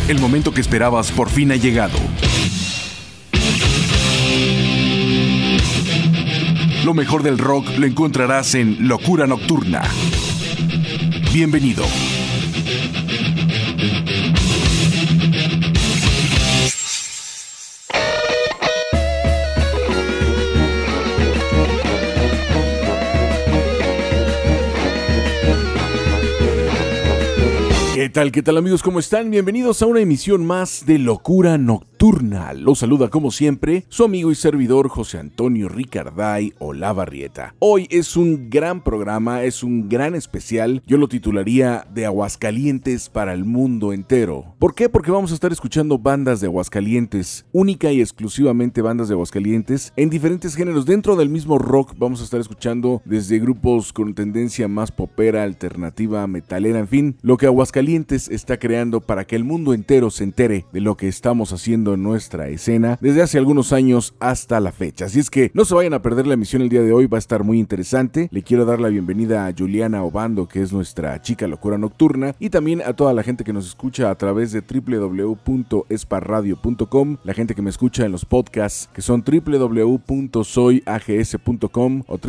El momento que esperabas por fin ha llegado. Lo mejor del rock lo encontrarás en Locura Nocturna. Bienvenido. ¿Qué tal amigos? ¿Cómo están? Bienvenidos a una emisión más de Locura Nocturna. Los saluda como siempre su amigo y servidor José Antonio Ricarday Olavarrieta. Hoy es un gran programa, es un gran especial. Yo lo titularía De Aguascalientes para el mundo entero. ¿Por qué? Porque vamos a estar escuchando bandas de Aguascalientes, única y exclusivamente bandas de Aguascalientes, en diferentes géneros. Dentro del mismo rock vamos a estar escuchando desde grupos con tendencia más popera, alternativa, metalera, en fin, lo que Aguascalientes está creando para que el mundo entero se entere de lo que estamos haciendo en nuestra escena desde hace algunos años hasta la fecha. Así es que no se vayan a perder la emisión el día de hoy, va a estar muy interesante. Le quiero dar la bienvenida a Juliana Obando, que es nuestra chica Locura Nocturna, y también a toda la gente que nos escucha a través de www.esparradio.com, la gente que me escucha en los podcasts, que son www.soyags.com o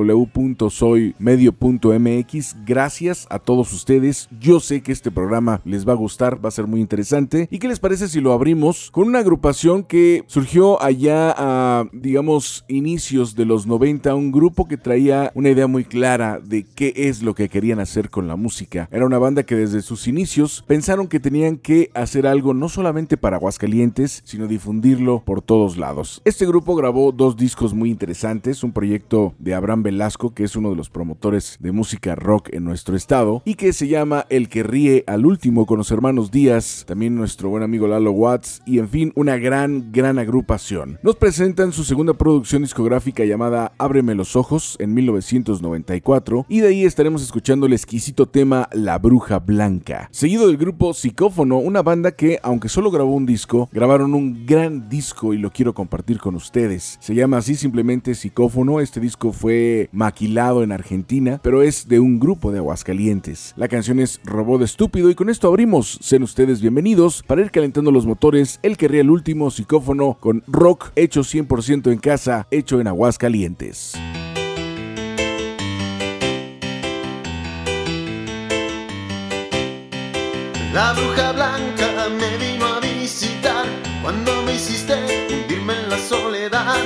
www.soymedio.mx. Gracias a todos ustedes. Yo sé que este programa les va a gustar, va a ser muy interesante. ¿Y qué les parece si lo abrimos con una agrupación que surgió allá a, digamos, inicios de los 90? Un grupo que traía una idea muy clara de qué es lo que querían hacer con la música. Era una banda que desde sus inicios pensaron que tenían que hacer algo no solamente para Aguascalientes, sino difundirlo por todos lados. Este grupo grabó 2 discos muy interesantes, un proyecto de Abraham Velasco, que es uno de los promotores de música rock en nuestro estado, y que se llama El que ríe al último, con los hermanos Díaz, también nuestro buen amigo Lalo Watts, y en fin, una gran agrupación. Nos presentan su segunda producción discográfica llamada Ábreme los ojos en 1994, y de ahí estaremos escuchando el exquisito tema La Bruja Blanca, seguido del grupo Psicófono, una banda que, aunque solo grabó un disco, grabaron un gran disco y lo quiero compartir con ustedes. Se llama así simplemente Psicófono. Este disco fue maquilado en Argentina, pero es de un grupo de Aguascalientes. La canción es Robot Estúpido, y con esto abrimos. Sean ustedes bienvenidos para ir calentando los motores. El que ríe el último, Psicófono, con rock hecho 100% en casa, hecho en Aguascalientes. La bruja blanca me vino a visitar cuando me hiciste hundirme en la soledad.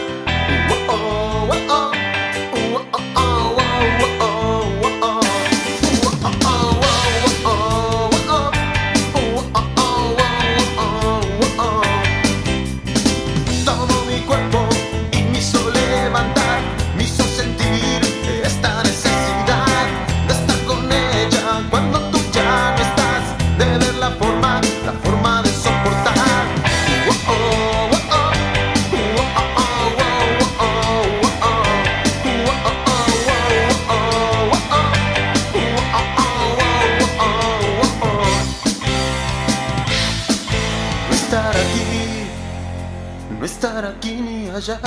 Estar aquí ni allá,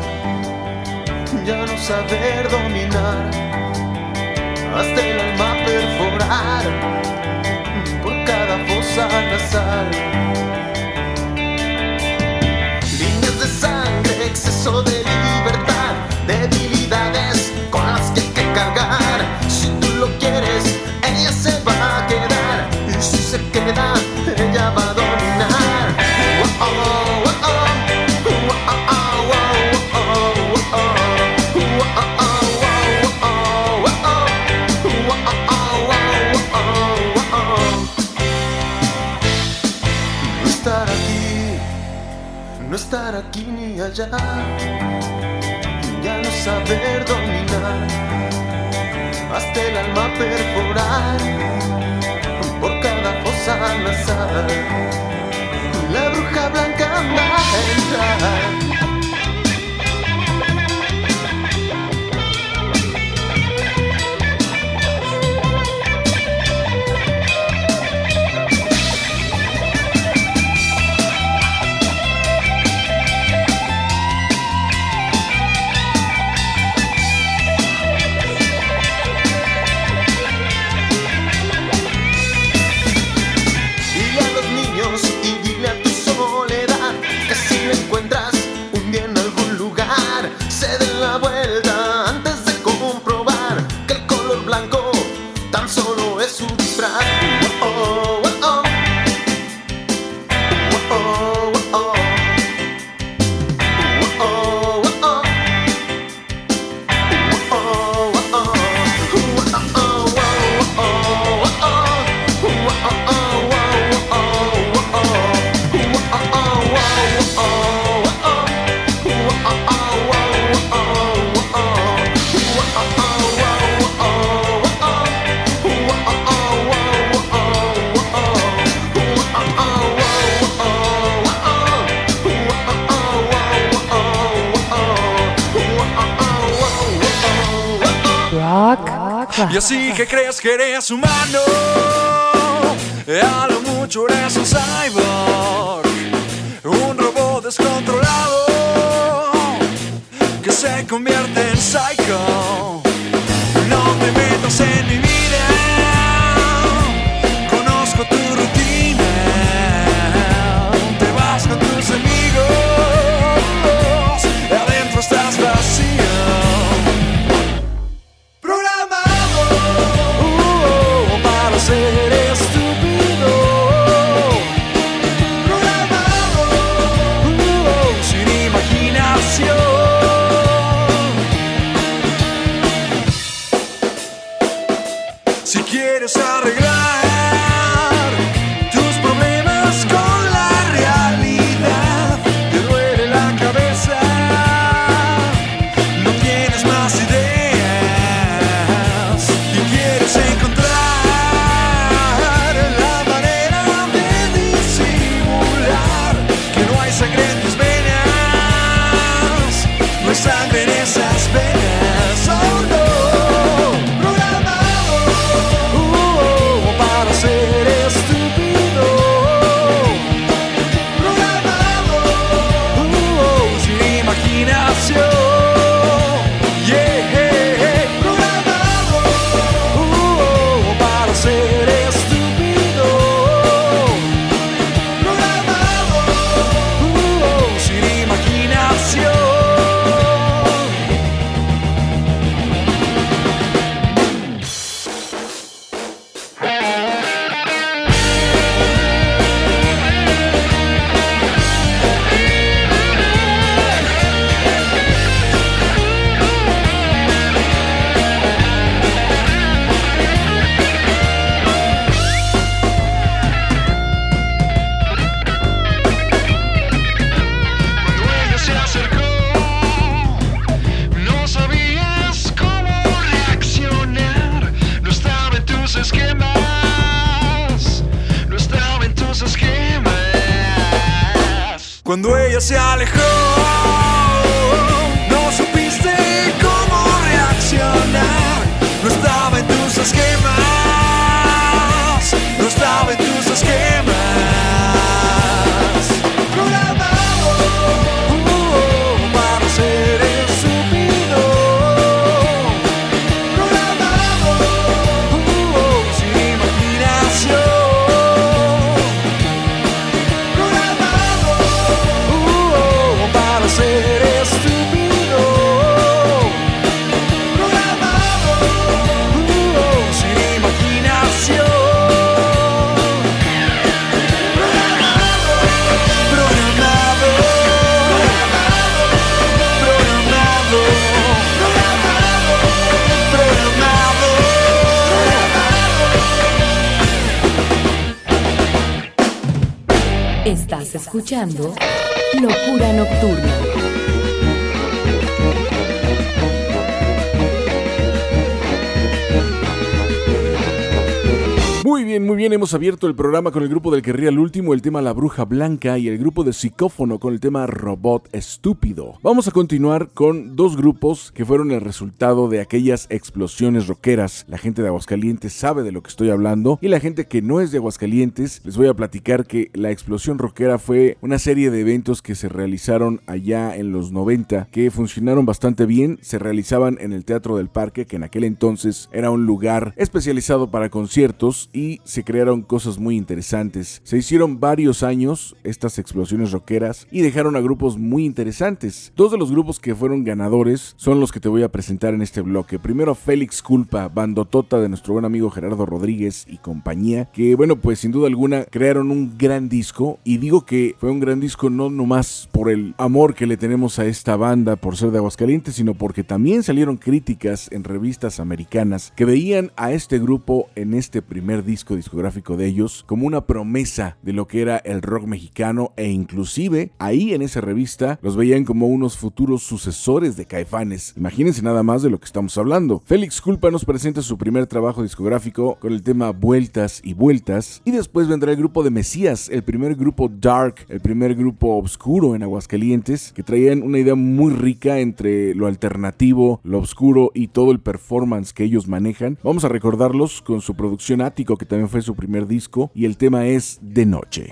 ya no saber dominar, hasta el alma perforar por cada fosa nasal. Líneas de sangre, exceso de libertad, debilidades con las que hay que cargar. Si tú lo quieres, ella se va a quedar, y si se queda, ella va a dominar. No estar aquí ni allá, ya no saber dominar, hasta el alma perforar por cada fosa nasal. La bruja blanca va a entrar. Y Y así que crees que eres humano, a lo mucho eres un cyborg, un robot descontrolado que se convierte en psycho. No te metas en mi vida, conozco tu rutina, te vas con tus amigos, adentro estás vacío. Para ser estúpido, programado, sin imaginación. Si quieres arreglar tus problemas con la realidad, te duele la cabeza, no tienes más ideas y quieres encontrar sangre en tus venas, no hay sangre en esas venas. Oh no, programado para ser estúpido, programado sin imaginación. Yeah, programado para ser estúpido, programado sin imaginación. Cuando ella se alejó, no supiste cómo reaccionar. No estaba en tus esquemas, no estaba en tus esquemas. Programado para ser estúpido, programado sin imaginación. Para ser estúpido, programado sin imaginación. Programado, programado, programado, programado. Estás escuchando Locura Nocturna. Muy bien, hemos abierto el programa con el grupo del que ría el último, el tema La Bruja Blanca, y el grupo de Psicófono con el tema Robot Estúpido. Vamos a continuar con dos grupos que fueron el resultado de aquellas explosiones rockeras. La gente de Aguascalientes sabe de lo que estoy hablando, y la gente que no es de Aguascalientes, les voy a platicar que la explosión rockera fue una serie de eventos que se realizaron allá en los 90, que funcionaron bastante bien. Se realizaban en el Teatro del Parque, que en aquel entonces era un lugar especializado para conciertos, y se crearon cosas muy interesantes. Se hicieron varios años estas explosiones rockeras y dejaron a grupos muy interesantes. Dos de los grupos que fueron ganadores son los que te voy a presentar en este bloque. Primero, Félix Culpa, bandotota de nuestro buen amigo Gerardo Rodríguez y compañía, que bueno, pues sin duda alguna crearon un gran disco, y digo que fue un gran disco no nomás por el amor que le tenemos a esta banda por ser de Aguascalientes, sino porque también salieron críticas en revistas americanas que veían a este grupo en este primer primer disco discográfico de ellos como una promesa de lo que era el rock mexicano, e inclusive ahí en esa revista los veían como unos futuros sucesores de Caifanes. Imagínense nada más de lo que estamos hablando. Félix Culpa nos presenta su primer trabajo discográfico con el tema Vueltas y Vueltas, y después vendrá el grupo de Mesías, el primer grupo dark, el primer grupo oscuro en Aguascalientes, que traían una idea muy rica entre lo alternativo, lo oscuro y todo el performance que ellos manejan. Vamos a recordarlos con su producción Ático, que también fue su primer disco, y el tema es De Noche.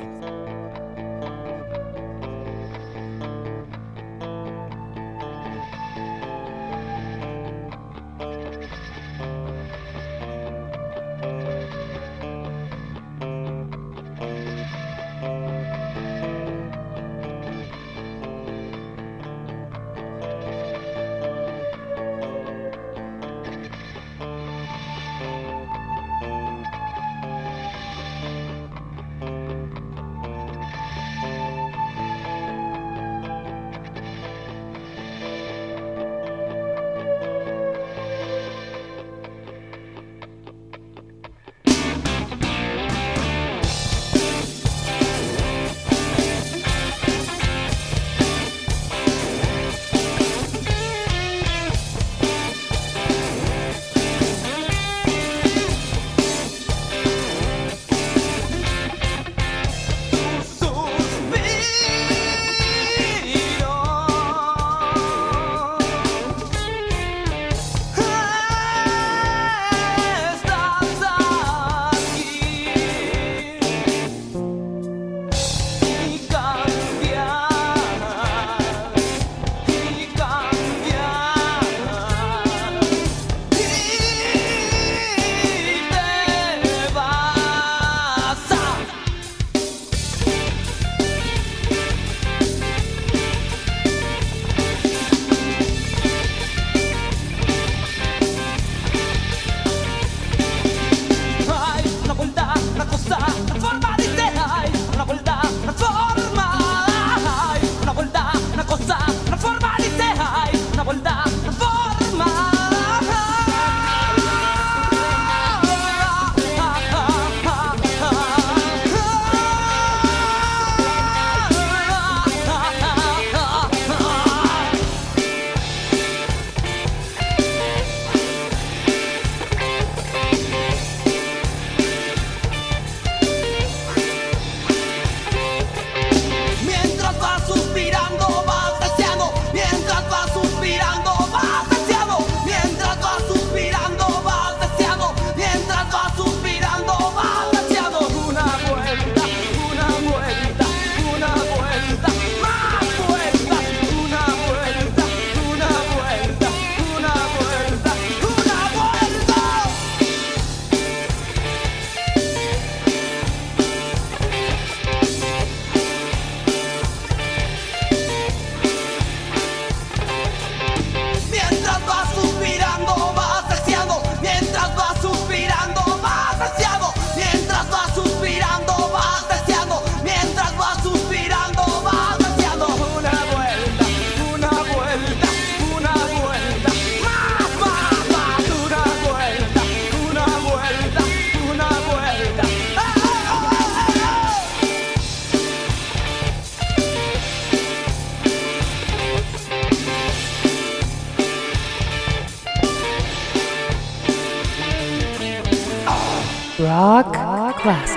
Rock Classics.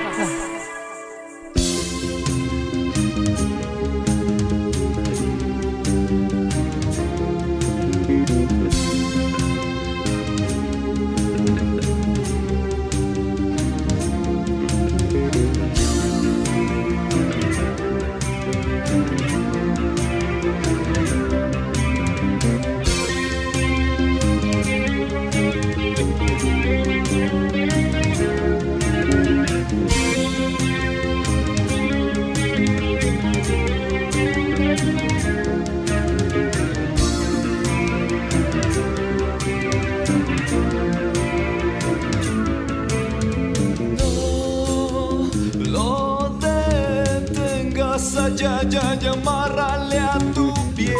Ya, amárrale a tu piel,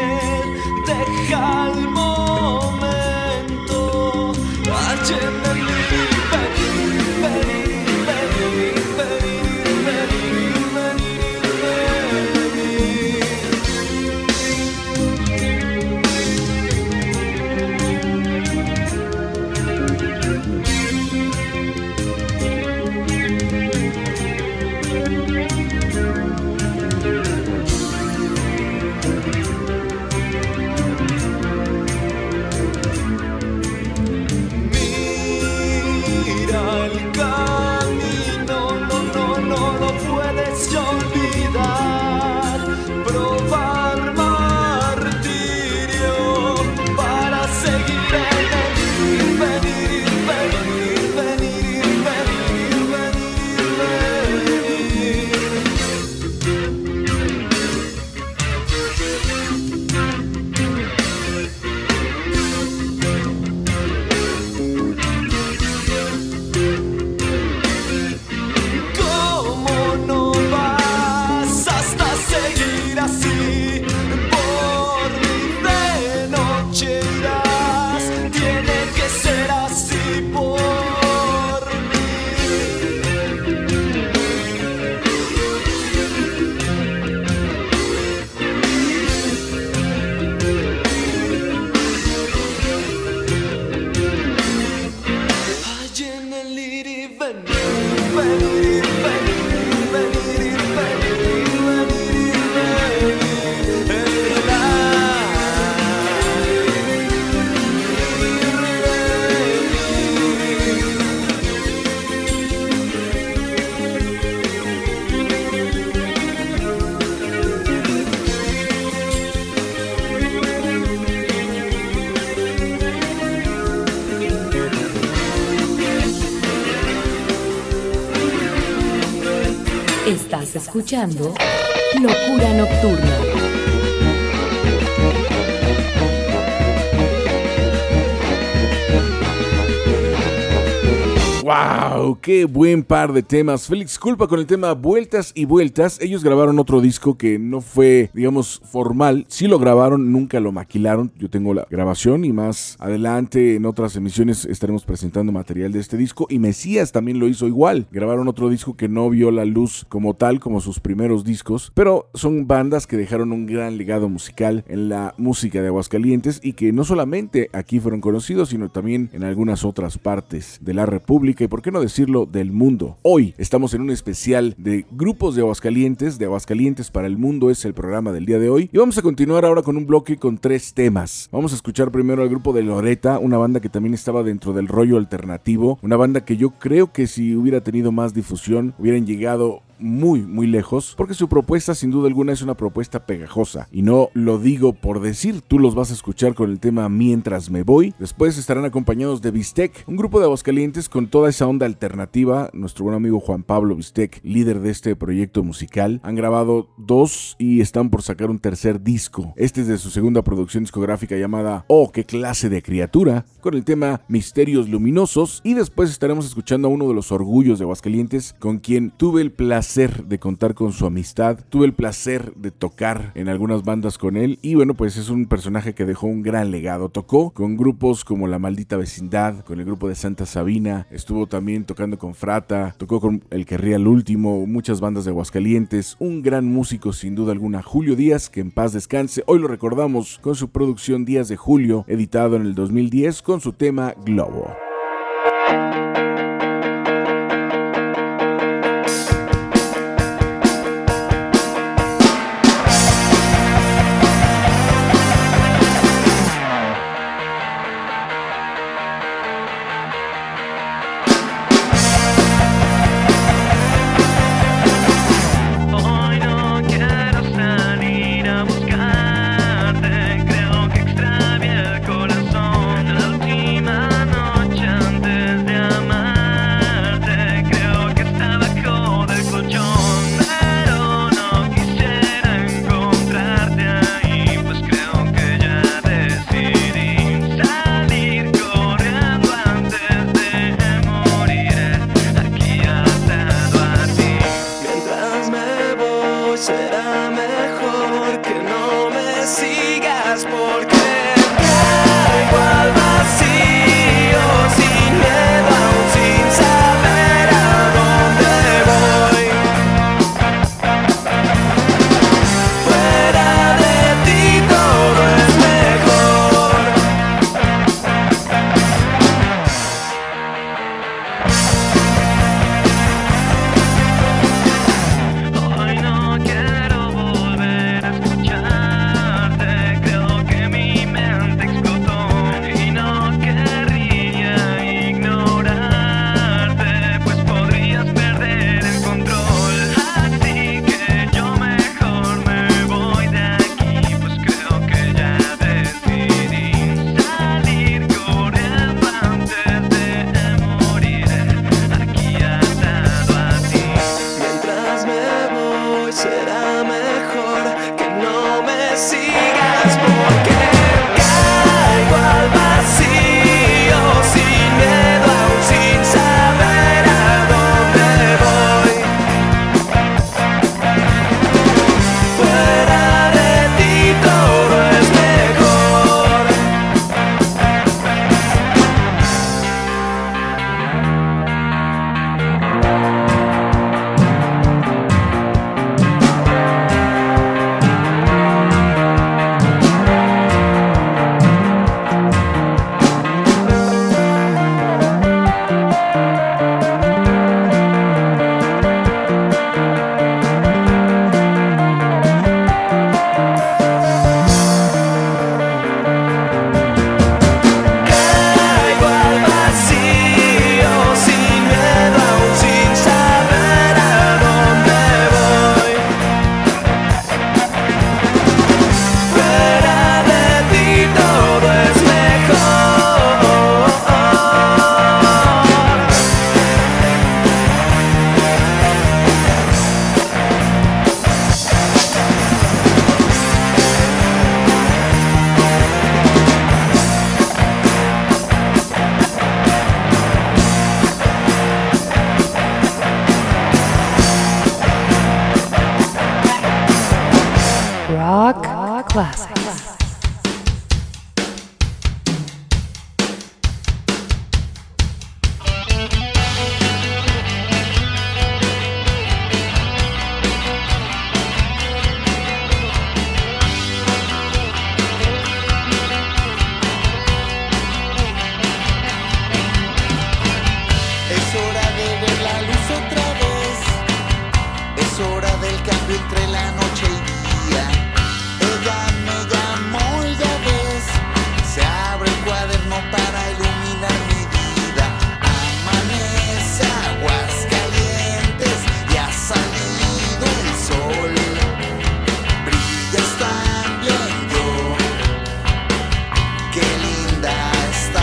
deja el momento, Estás escuchando Locura Nocturna. ¡Wow! ¡Qué buen par de temas! Félix Culpa con el tema Vueltas y Vueltas. Ellos grabaron otro disco que no fue, digamos, formal. Sí lo grabaron, nunca lo maquilaron. Yo tengo la grabación y más adelante en otras emisiones estaremos presentando material de este disco. Y Mesías también lo hizo igual. Grabaron otro disco que no vio la luz como tal, como sus primeros discos. Pero son bandas que dejaron un gran legado musical en la música de Aguascalientes y que no solamente aquí fueron conocidos, sino también en algunas otras partes de la República y por qué no decirlo del mundo. Hoy estamos en un especial de grupos de Aguascalientes para el mundo es el programa del día de hoy y vamos a continuar ahora con un bloque con 3 temas. Vamos a escuchar primero al grupo de Loreta, una banda que también estaba dentro del rollo alternativo, una banda que yo creo que si hubiera tenido más difusión hubieran llegado muy lejos, porque su propuesta sin duda alguna es una propuesta pegajosa y no lo digo por decir. Tú los vas a escuchar con el tema Mientras me voy. Después estarán acompañados de Bistec, un grupo de Aguascalientes con toda esa onda alternativa. Nuestro buen amigo Juan Pablo Bistec, líder de este proyecto musical, han grabado 2 y están por sacar un tercer disco. Este es de su segunda producción discográfica llamada Oh, qué clase de criatura, con el tema Misterios Luminosos. Y después estaremos escuchando a uno de los orgullos de Aguascalientes, con quien tuve el placer de contar con su amistad, tuve el placer de tocar en algunas bandas con él y bueno, pues es un personaje que dejó un gran legado. Tocó con grupos como La Maldita Vecindad, con el grupo de Santa Sabina, estuvo también tocando con Frata, tocó con El que ría el último, muchas bandas de Aguascalientes, un gran músico sin duda alguna, Julio Díaz, que en paz descanse. Hoy lo recordamos con su producción Días de Julio, editado en el 2010 con su tema Globo. Creo que extravié el corazón la última noche. Classics. Es hora de ver la luz otra vez. Es hora del cambio entre la noche y día. Ella me llamó y ya ves, se abre el cuaderno para iluminar mi vida. Amanece aguas calientes y ha salido el sol. Brillas también yo, qué linda estás.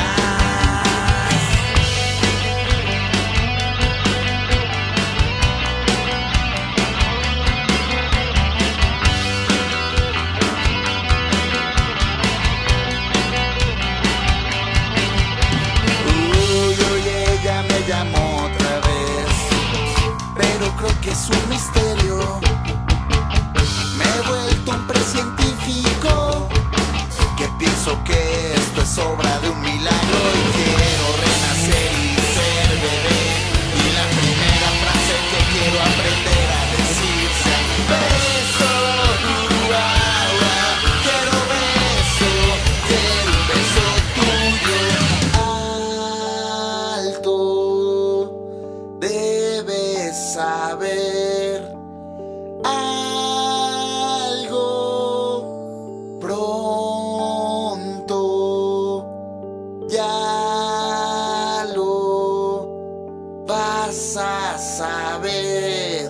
Ella me llamó otra vez, pero creo que es un misterio. Me he vuelto un precientífico, que pienso que esto es obra de un milagro y quiero renacer y ser bebé. Y la primera frase que quiero aprender a decir sea beso, quiero un beso tuyo. Alto, debes saber algo pronto, ya lo vas a saber.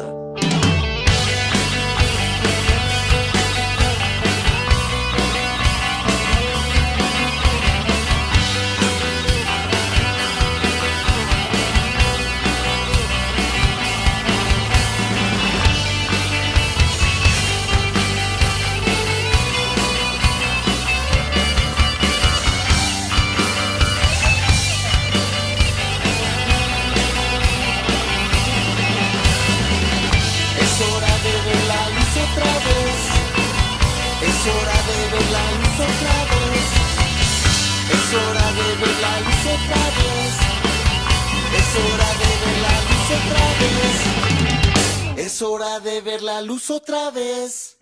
Es hora de ver la luz otra vez. Es hora de ver la luz otra vez. Es hora de ver la luz otra vez. Es hora de ver la luz otra vez. Es hora de ver la luz otra vez.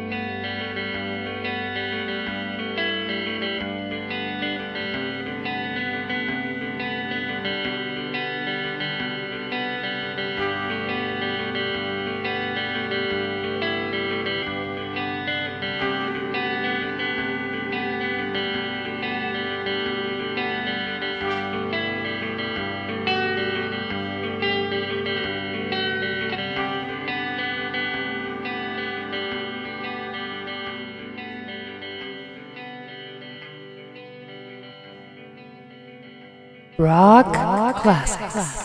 Rock Classics.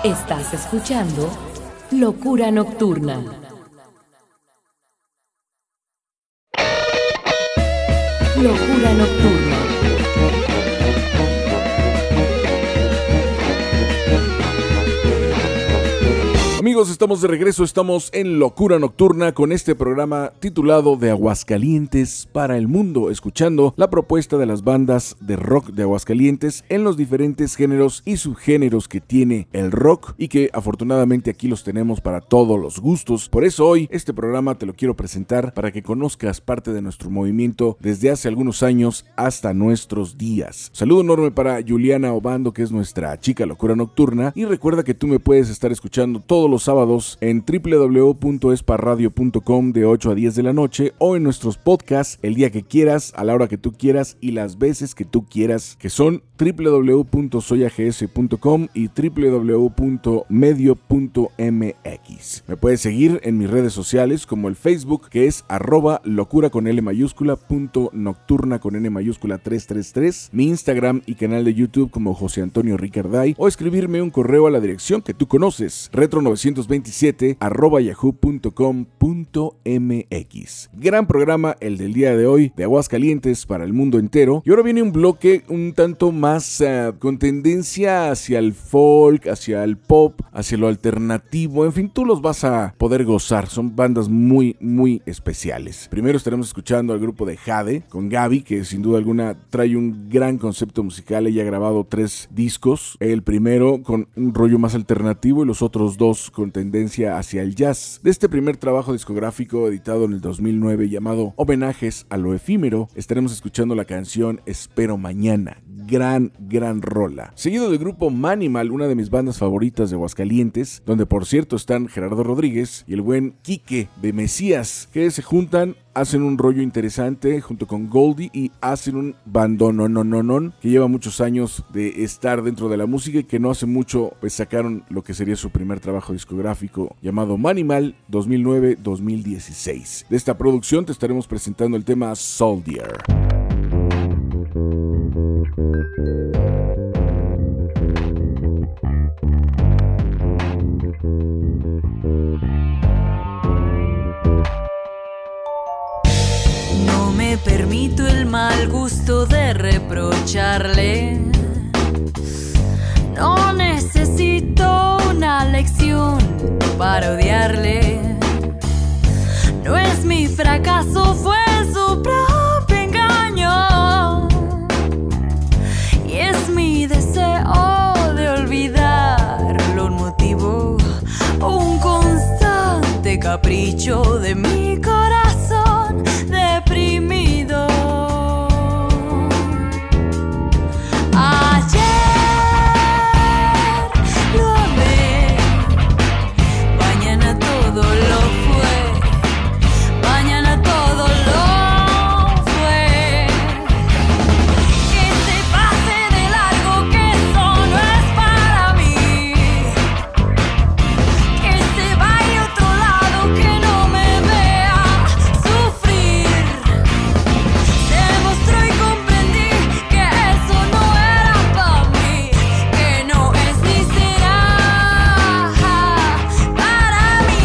Estás escuchando Locura Nocturna. Locura Nocturna. Amigos, estamos de regreso, estamos en Locura Nocturna con este programa titulado De Aguascalientes para el Mundo, escuchando la propuesta de las bandas de rock de Aguascalientes en los diferentes géneros y subgéneros que tiene el rock y que afortunadamente aquí los tenemos para todos los gustos. Por eso hoy este programa te lo quiero presentar para que conozcas parte de nuestro movimiento desde hace algunos años hasta nuestros días. Saludo enorme para Juliana Obando, que es nuestra chica Locura Nocturna, y recuerda que tú me puedes estar escuchando todos los sábados en www.esparradio.com de 8 a 10 de la noche o en nuestros podcasts el día que quieras, a la hora que tú quieras y las veces que tú quieras, que son www.soyags.com y www.medio.mx. Me puedes seguir en mis redes sociales como el Facebook, que es @locura con L mayúscula, .nocturna con N mayúscula 333, mi Instagram y canal de YouTube como José Antonio Ricarday, o escribirme un correo a la dirección que tú conoces, retro927@yahoo.com.mx. Gran programa el del día de hoy de Aguascalientes para el mundo entero. Y ahora viene un bloque un tanto más con tendencia hacia el folk, hacia el pop, hacia lo alternativo. En fin, tú los vas a poder gozar. Son bandas muy, muy especiales. Primero estaremos escuchando al grupo de Jade con Gaby, que sin duda alguna trae un gran concepto musical. Ella ha grabado 3 discos. El primero con un rollo más alternativo y los otros 2 con tendencia hacia el jazz. De este primer trabajo discográfico editado en el 2009 llamado Homenajes a lo Efímero, estaremos escuchando la canción Espero Mañana. Gran rola. Seguido del grupo Manimal, una de mis bandas favoritas de Aguascalientes, donde por cierto están Gerardo Rodríguez y el buen Quique de Mesías, que se juntan, hacen un rollo interesante junto con Goldie y hacen un bandón que lleva muchos años de estar dentro de la música y que no hace mucho pues sacaron lo que sería su primer trabajo discográfico llamado Manimal 2009-2016. De esta producción te estaremos presentando el tema Soldier. No me permito el mal gusto de reprocharle. No necesito una lección para odiarle. No es mi fracaso, fue su propio engaño. Y es mi deseo de olvidarlo un motivo, un constante capricho de mi corazón deprimido. Ayer lo amé, mañana todo lo fue, mañana todo lo fue. Que se pase de largo, que eso no es para mí. Que se vaya a otro lado, que no me vea sufrir. Demostró y comprendí que eso no era para mí, que no es ni será para mí.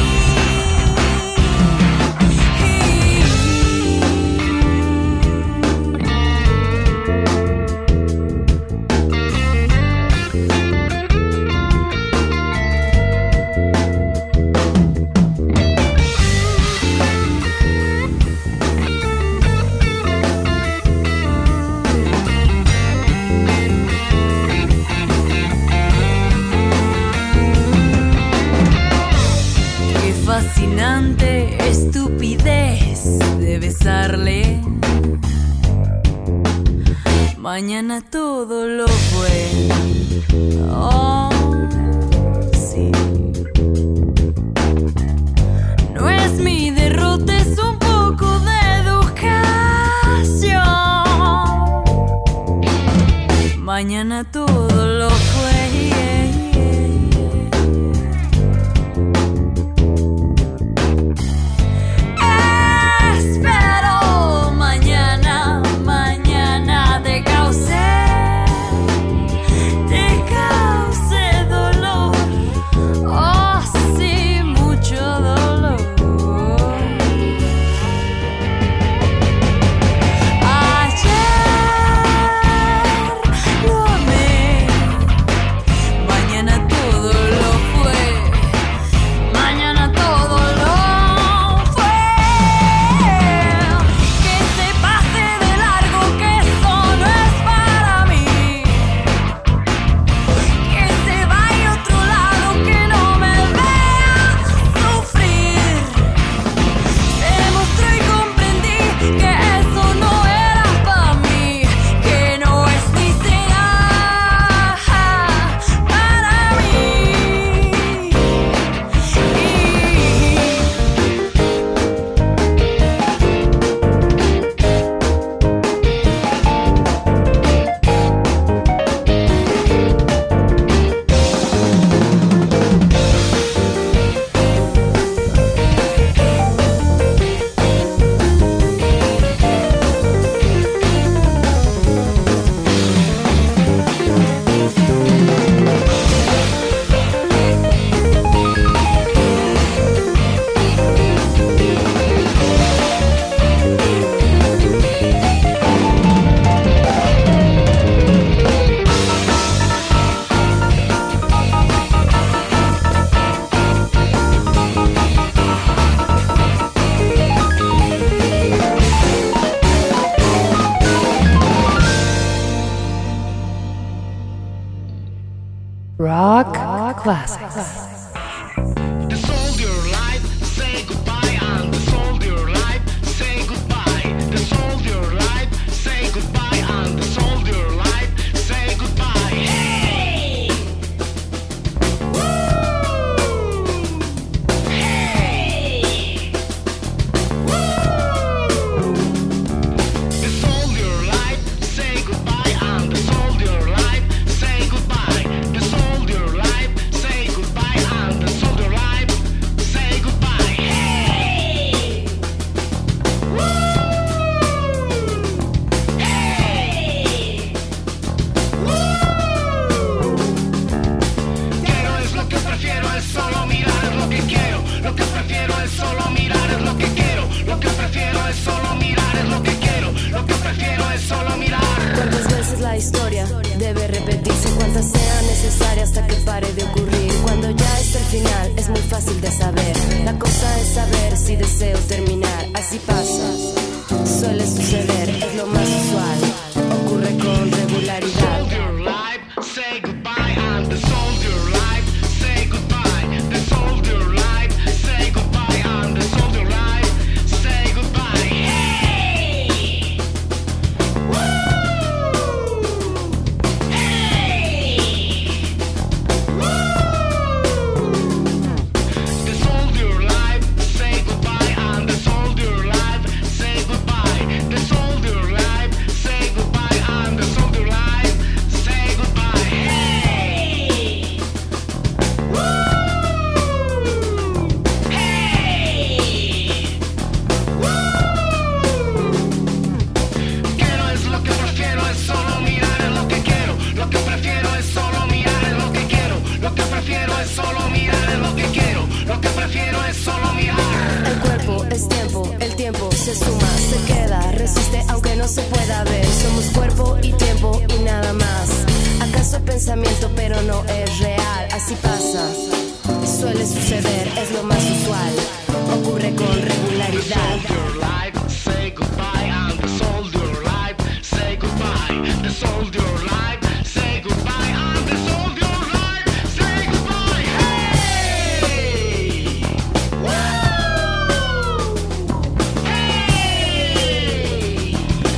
Qué fascinante estupidez de besarle. Mañana todo lo fue. Oh, sí. No es mi derrota, es un poco de educación. Mañana todo lo fue. Espero mañana, mañana te cause dolor. Rock Classics. The soldier life, say goodbye, and the soldier life, say goodbye. The soldier life, say goodbye, and the soldier life, say goodbye. Hey! Woo! Hey! Woo! The soldier life, say goodbye, and the soldier life, say goodbye. The soldier life, say goodbye, and the soldier life, say goodbye. Hey! Woo! Hey! Woo! Quiero es lo que prefiero, es solo mirar, es lo que quiero. Lo que prefiero es solo mirar, es lo que quiero. Lo que prefiero es solo mirar, es lo que quiero. Lo que prefiero es solo mirar. ¿Cuántas veces la historia debe repetirse? Cuántas sean necesarias hasta que pare de ocurrir. Cuando ya está el final es muy fácil de saber. La cosa es saber si deseo terminar. Así pasa, suele suceder, es lo más usual. Ocurre con regularidad. Soldier life, say goodbye, and the soldier life, say goodbye. The soldier life, say goodbye, and the soldier life, say goodbye. Hey! Woo! Hey! Woo! The soldier life, say goodbye, and the soldier life, say goodbye. The soldier life, say goodbye, and the soldier life, say goodbye. Hey! Woo! Hey! Woo! Quiero es lo que prefiero, es solo mirar, es lo que quiero. Lo que prefiero es solo mirar, es lo que quiero. Lo que prefiero es solo mirar, es lo que quiero. Lo que prefiero es solo mirar. El cuerpo es tiempo, el tiempo se suma, se queda, resiste aunque no se pueda ver. Somos cuerpo y tiempo y nada más. ¿Acaso pensamiento pero no es real? Así pasa, suele suceder, es lo más usual. Ocurre con The regularidad. soldier life, say goodbye, and the soldier life, say goodbye. The soldier life, say goodbye, and the soldier life, say goodbye. Hey! Woo! Hey!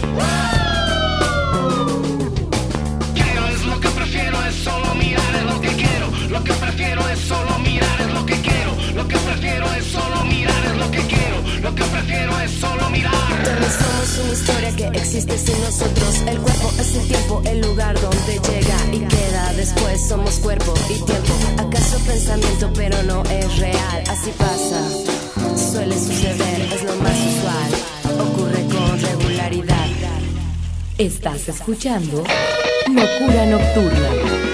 Woo! Quiero es lo que prefiero, es solo mirar, es lo que quiero. Lo que prefiero es solo mirar, es lo que quiero. Lo que prefiero es solo mirar, es lo que quiero. Lo que prefiero es solo mirar. Todos somos una historia que existe sin nosotros. El cuerpo es el tiempo, el lugar donde llega y queda. Después somos cuerpo y tiempo. ¿Acaso pensamiento pero no es real? Así pasa, suele suceder, es lo más usual. Ocurre con regularidad. Estás escuchando Locura Nocturna.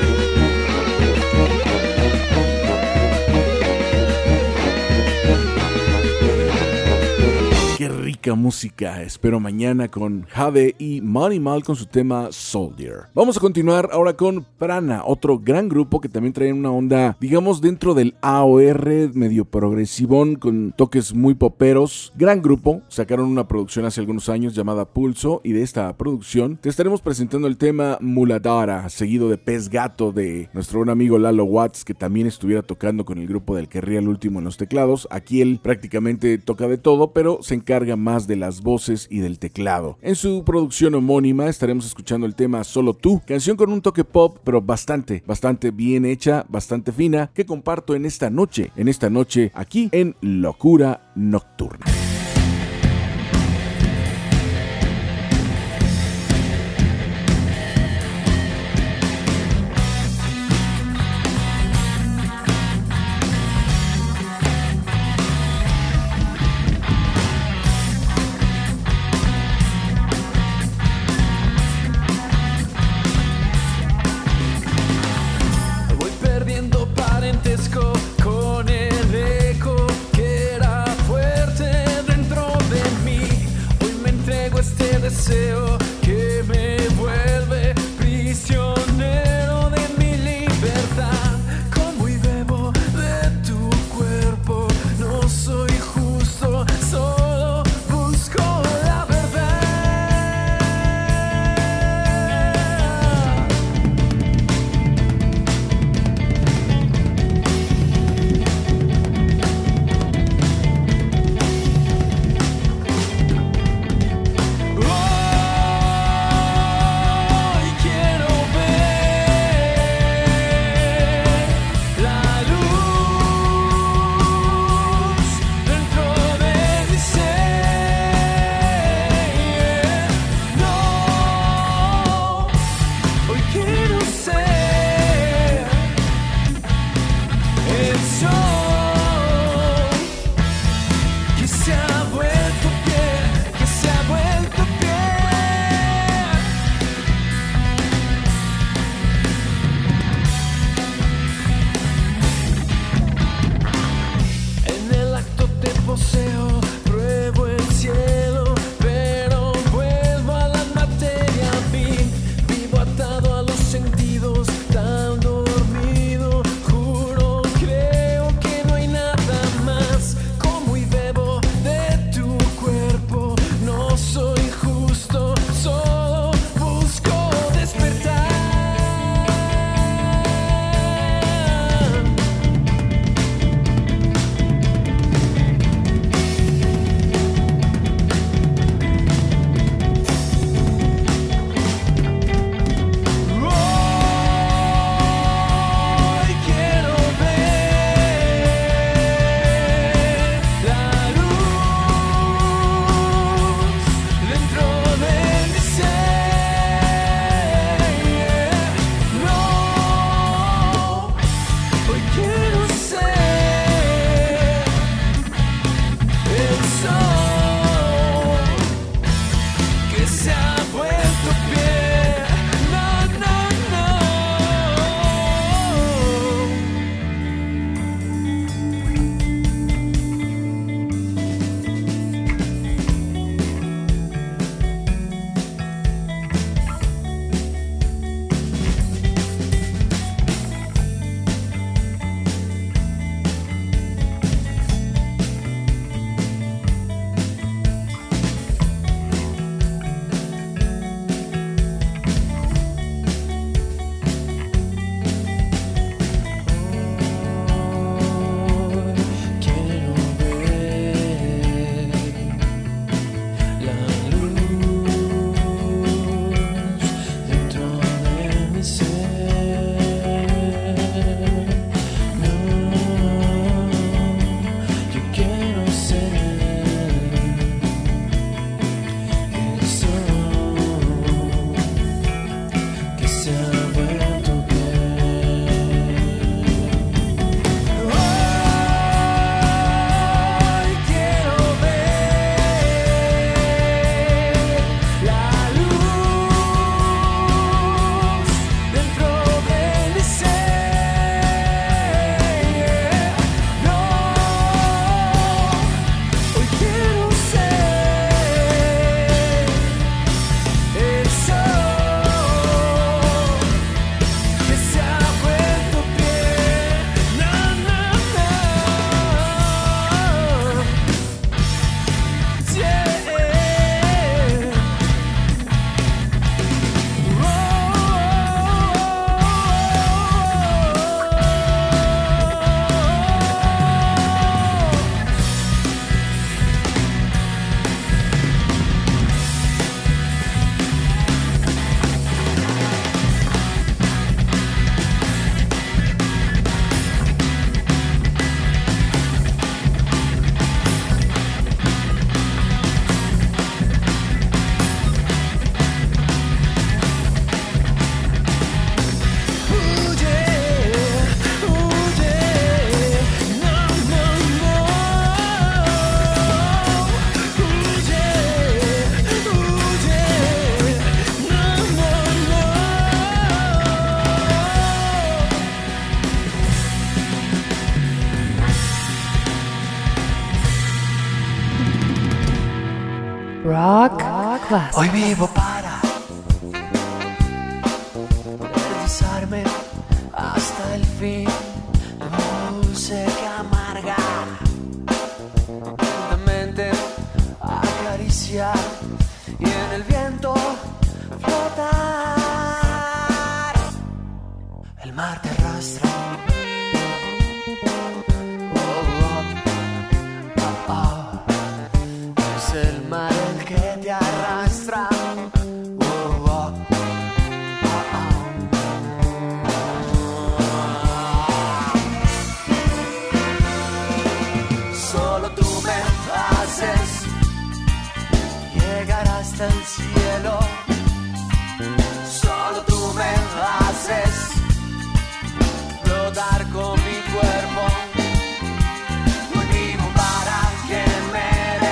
Qué rica música. Espero mañana con Jade y Money Mal con su tema Soldier. Vamos a continuar ahora con Prana, otro gran grupo que también trae una onda, digamos, dentro del AOR, medio progresivón, con toques muy poperos. Gran grupo, sacaron una producción hace algunos años llamada Pulso, y de esta producción te estaremos presentando el tema Muladhara, seguido de Pez Gato de nuestro buen amigo Lalo Watts, que también estuviera tocando con el grupo del que ría el último en los teclados. Aquí él prácticamente toca de todo, pero se encarga más de las voces y del teclado. En su producción homónima estaremos escuchando el tema Solo Tú, canción con un toque pop, pero bastante bien hecha, bastante fina, que comparto en esta noche aquí en Locura Nocturna. Voy perdiendo parentesco con el eco que era fuerte dentro de mí. Hoy me entrego a este deseo que me vuelve prisionero de mi libertad. Como y bebo de tu cuerpo, no soy justo, solo busco la verdad. se ha vuelto piel, que se ha vuelto piel. En el acto te poseo, pruebo el cielo, pero vuelvo a la materia vil. Vivo atado a los sentidos, tan dormido. Juro, creo que no hay nada más. Como y bebo de tu cuerpo. No soy justo, solo busco despertar. Hoy quiero ver la luz dentro de mi ser. No, hoy quiero ser el sol que se ha vuelto piel. No, no, no. Quiero ver la luz dentro de mi ser. No, yo quiero ser el sol que se ha vuelto piel. Hoy quiero ver la luz dentro de mi ser. No, hoy quiero ser el sol que se ha vuelto piel. No, no, no. Yeah. Rock Classic. Hoy vivo para deslizarme hasta el fin, dulce que amarga, lentamente acariciar y en el viento flotar. El mar te arrastra. Es el mar el que te arrastra. Solo tú me haces llegar hasta el cielo. Solo tú me haces flotar con mi cuerpo. Hoy vivo para que me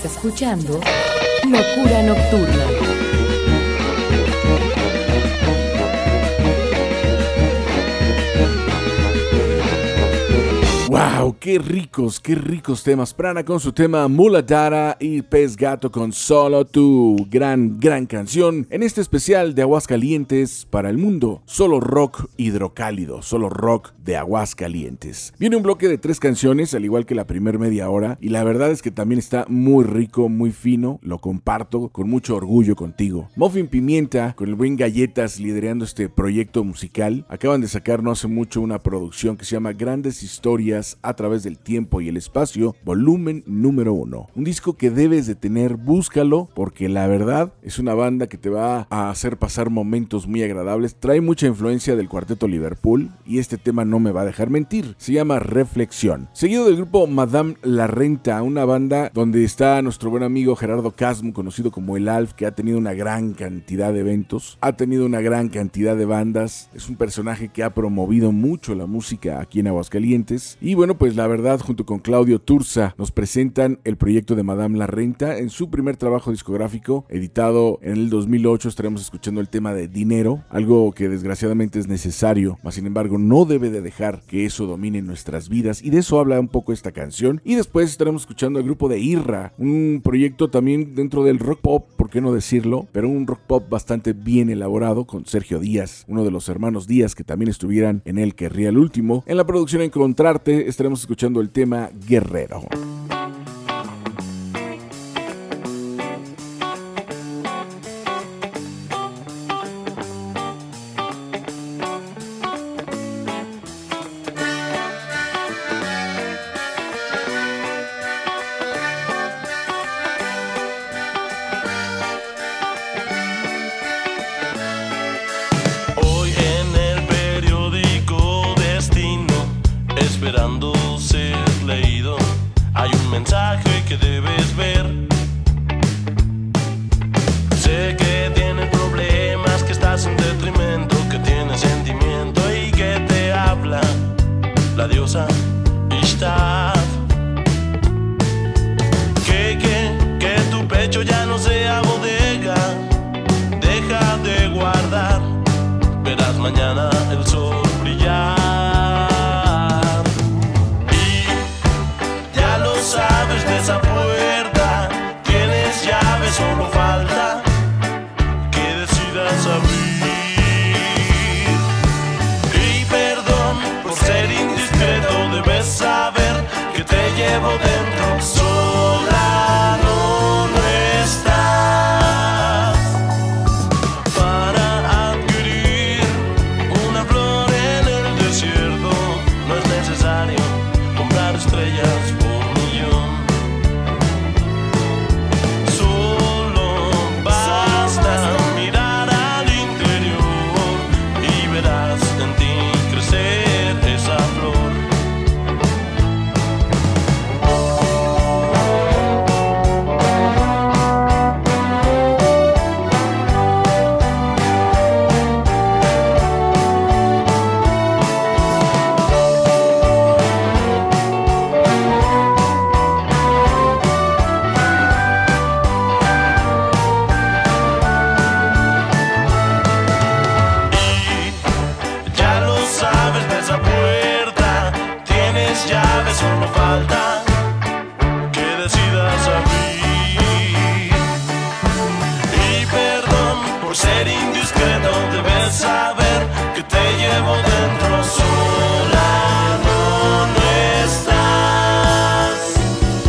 Estás escuchando Locura Nocturna. ¡Wow! ¡Qué ricos temas! Prana con su tema Muladhara y Pez Gato con Solo Tú. Gran canción en este especial de Aguascalientes para el mundo. Solo rock hidrocálido, solo rock de Aguascalientes. Viene un bloque de 3 canciones, al igual que la primer media hora, y la verdad es que también está muy rico, muy fino. Lo comparto con mucho orgullo contigo. Muffin Pimienta, con el buen Galletas liderando este proyecto musical, acaban de sacar no hace mucho una producción que se llama Grandes Historias a través del tiempo y el espacio, volumen número 1. Un disco que debes de tener, búscalo, porque la verdad es una banda que te va a hacer pasar momentos muy agradables. Trae mucha influencia del Cuarteto Liverpool y este tema no me va a dejar mentir. Se llama Reflexión. Seguido del grupo Madame La Renta, una banda donde está nuestro buen amigo Gerardo Casmo, conocido como el Alf, que ha tenido una gran cantidad de eventos, ha tenido una gran cantidad de bandas. Es un personaje que ha promovido mucho la música aquí en Aguascalientes. Y bueno, pues la verdad, junto con Claudio Turza, nos presentan el proyecto de Madame La Renta en su primer trabajo discográfico, editado en el 2008. Estaremos escuchando el tema de Dinero, algo que desgraciadamente es necesario, mas sin embargo no debe de dejar que eso domine nuestras vidas, y de eso habla un poco esta canción. Y después estaremos escuchando el grupo de Irra, un proyecto también dentro del rock pop, por qué no decirlo, pero un rock pop bastante bien elaborado, con Sergio Díaz, uno de los hermanos Díaz que también estuvieran en El Querría el Último. En la producción Encontrarte estaremos escuchando el tema Guerrero. Esperando ser leído, hay un mensaje que debes ver. Sé que tienes problemas, que estás en detrimento, que tienes sentimiento y que te habla la diosa Ishtar. Que tu pecho ya no sea bodega, deja de guardar, verás mañana el sol brillar. Sabes de esa puerta, tienes llave, solo falta que decidas abrir. Y perdón por ser indiscreto, debes saber que te llevo dentro. Sola no estás para adquirir una flor en el desierto. No es necesario comprar estrellas. Solo falta que decidas abrir. Y perdón por ser indiscreto, debes saber que te llevo dentro. Sola no estás.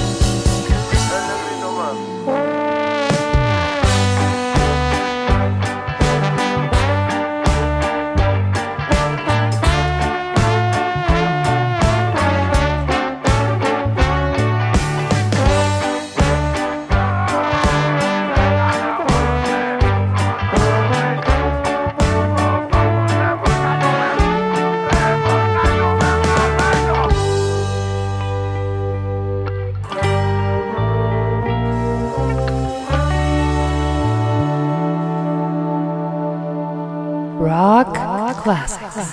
Rock Classics.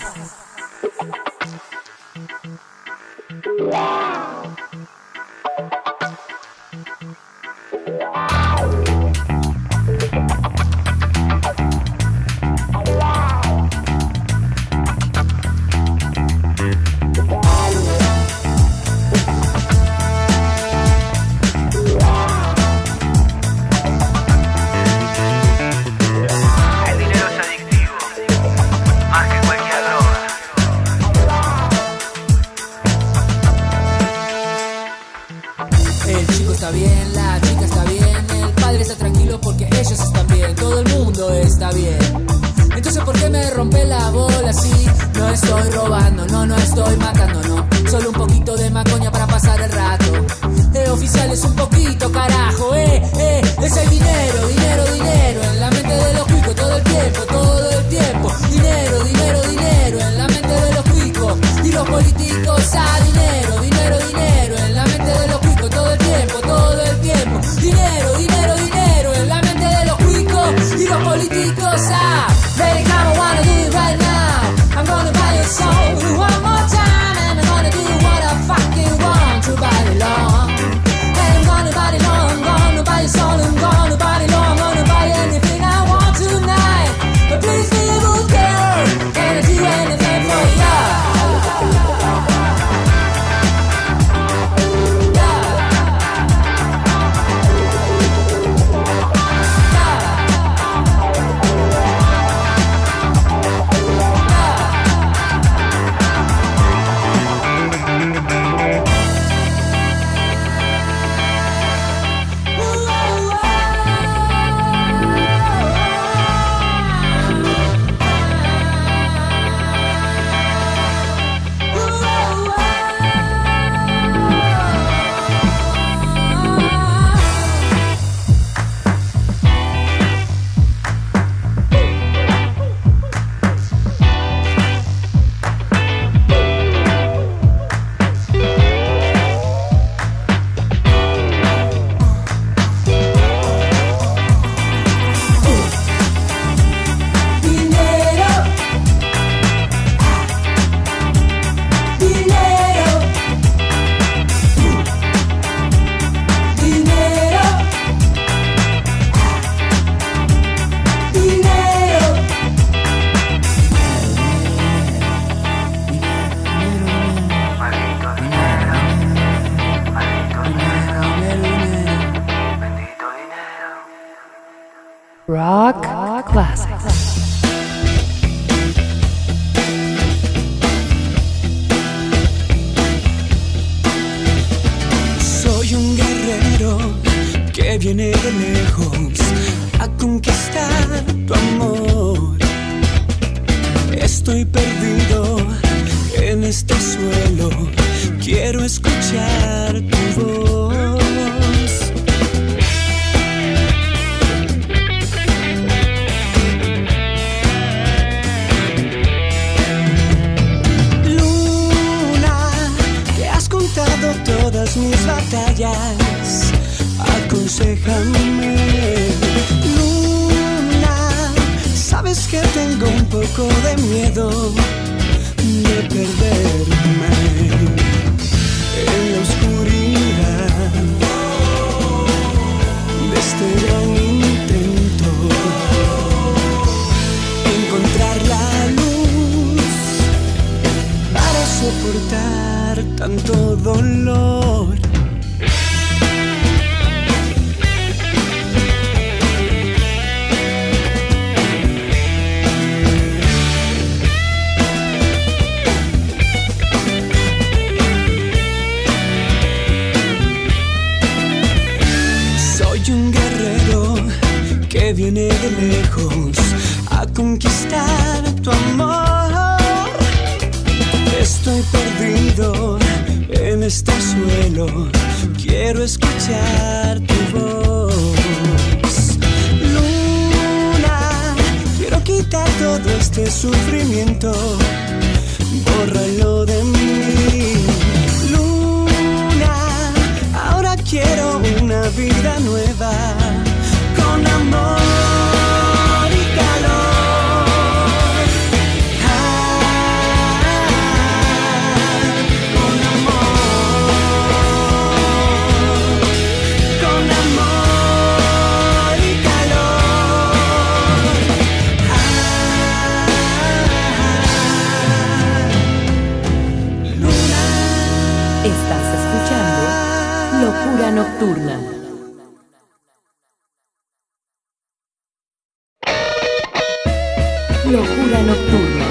Rock Classics. Soy un guerrero que viene de lejos a conquistar tu amor. Estoy perdido en este suelo, quiero escuchar tu voz. Todas mis batallas, aconséjame. Luna, sabes que tengo un poco de miedo de perderme en la oscuridad de este gran intento, encontrar la luz para soportar tanto dolor. Soy un guerrero que viene de lejos a conquistar tu amor. Estoy perdido en este suelo, quiero escuchar tu voz. Luna, quiero quitar todo este sufrimiento, bórralo de mí. Luna, ahora quiero una vida nueva, con amor. Con amor. Locura Nocturna.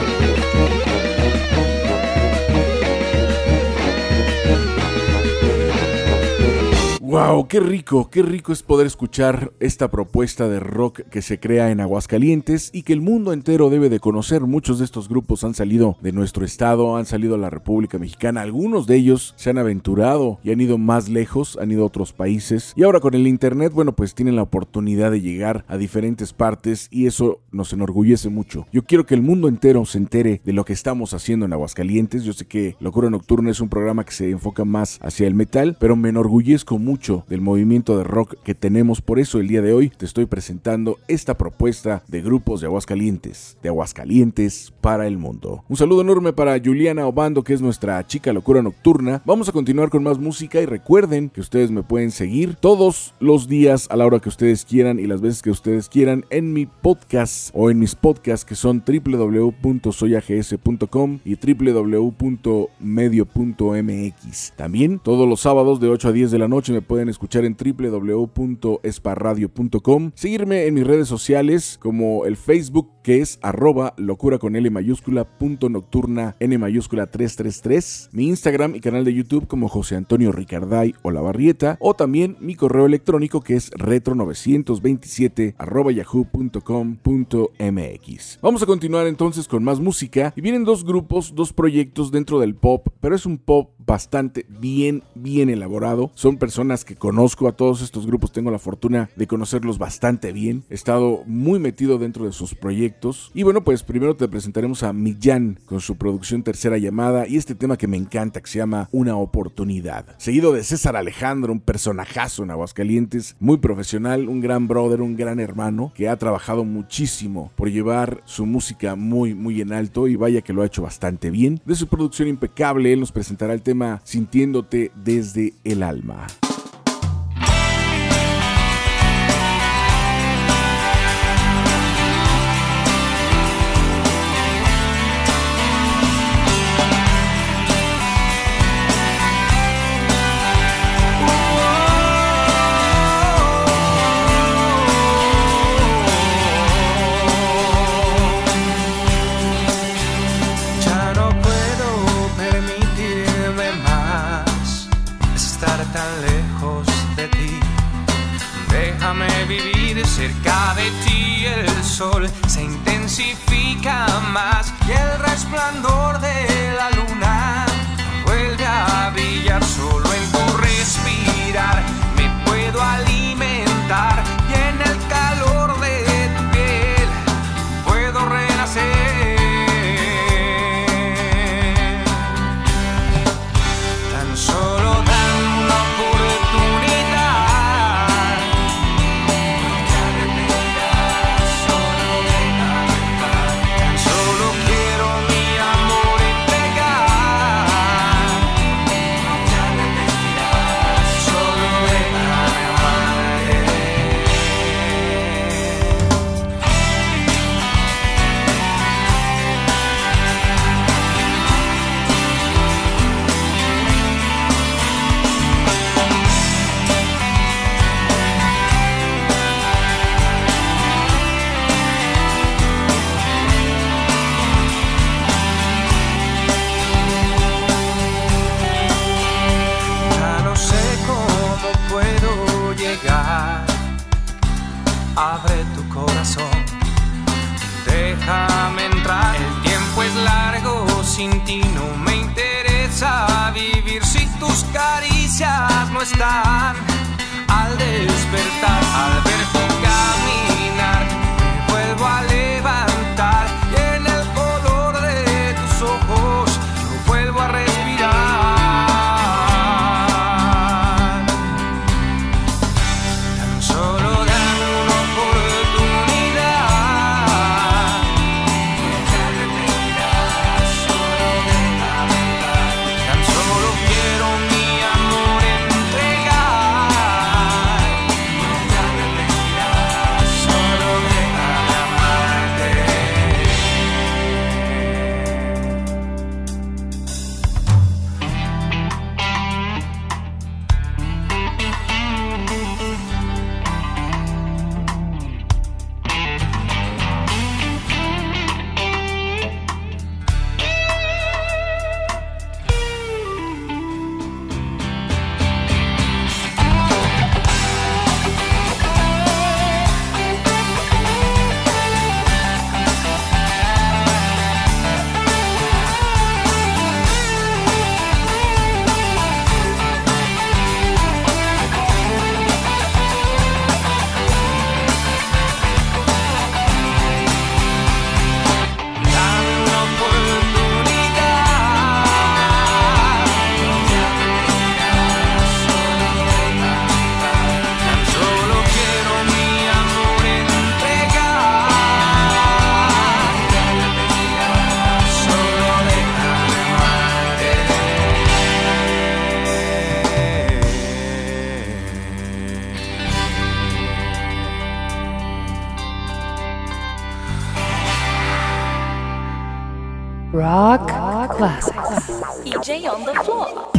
¡Wow! Qué rico es poder escuchar esta propuesta de rock que se crea en Aguascalientes y que el mundo entero debe de conocer. Muchos de estos grupos han salido de nuestro estado, han salido a la República Mexicana, algunos de ellos se han aventurado y han ido más lejos, han ido a otros países y ahora con el internet, bueno, pues tienen la oportunidad de llegar a diferentes partes y eso nos enorgullece mucho. Yo quiero que el mundo entero se entere de lo que estamos haciendo en Aguascalientes. Yo sé que Locura Nocturna es un programa que se enfoca más hacia el metal, pero me enorgullezco mucho del movimiento de rock que tenemos. Por eso el día de hoy te estoy presentando esta propuesta de grupos de Aguascalientes para el mundo. Un saludo enorme para Juliana Obando, que es nuestra chica Locura Nocturna. Vamos a continuar con más música y recuerden que ustedes me pueden seguir todos los días a la hora que ustedes quieran y las veces que ustedes quieran en mi podcast o en mis podcasts que son www.soyags.com y www.medio.mx. También todos los sábados de 8 a 10 de la noche me pueden escuchar en www.esparradio.com. Seguirme en mis redes sociales como el Facebook, que es @locura con L mayúscula .nocturna N mayúscula 333, mi Instagram y canal de YouTube como José Antonio Ricarday Olavarrieta, o también mi correo electrónico que es retro927@yahoo.com.mx. Vamos a continuar entonces con más música y vienen dos grupos, dos proyectos dentro del pop, pero es un pop bastante bien elaborado. Son personas que conozco a todos estos grupos, tengo la fortuna de conocerlos bastante bien, he estado muy metido dentro de sus proyectos y bueno, pues primero te presentaremos a Millán con su producción Tercera Llamada y este tema que me encanta que se llama Una Oportunidad, seguido de César Alejandro, un personajazo en Aguascalientes, muy profesional, un gran brother, un gran hermano que ha trabajado muchísimo por llevar su música muy en alto y vaya que lo ha hecho bastante bien. De su producción impecable, él nos presentará el tema Sintiéndote desde el alma. Cerca de ti el sol se intensifica más y el resplandor de la luna vuelve a brillar. Solo en tu respirar me puedo alimentar y en el calor de tu piel puedo renacer. Tan solo dame una oportunidad. Abre tu corazón, déjame entrar. El tiempo es largo, sin ti no me interesa vivir. Si tus caricias no están al despertar, al ver tu caminar, me vuelvo a levantar y en el color de tus ojos lo vuelvo a respirar. Tan solo quiero mi amor entregar. Rock Classics. EJ on the floor.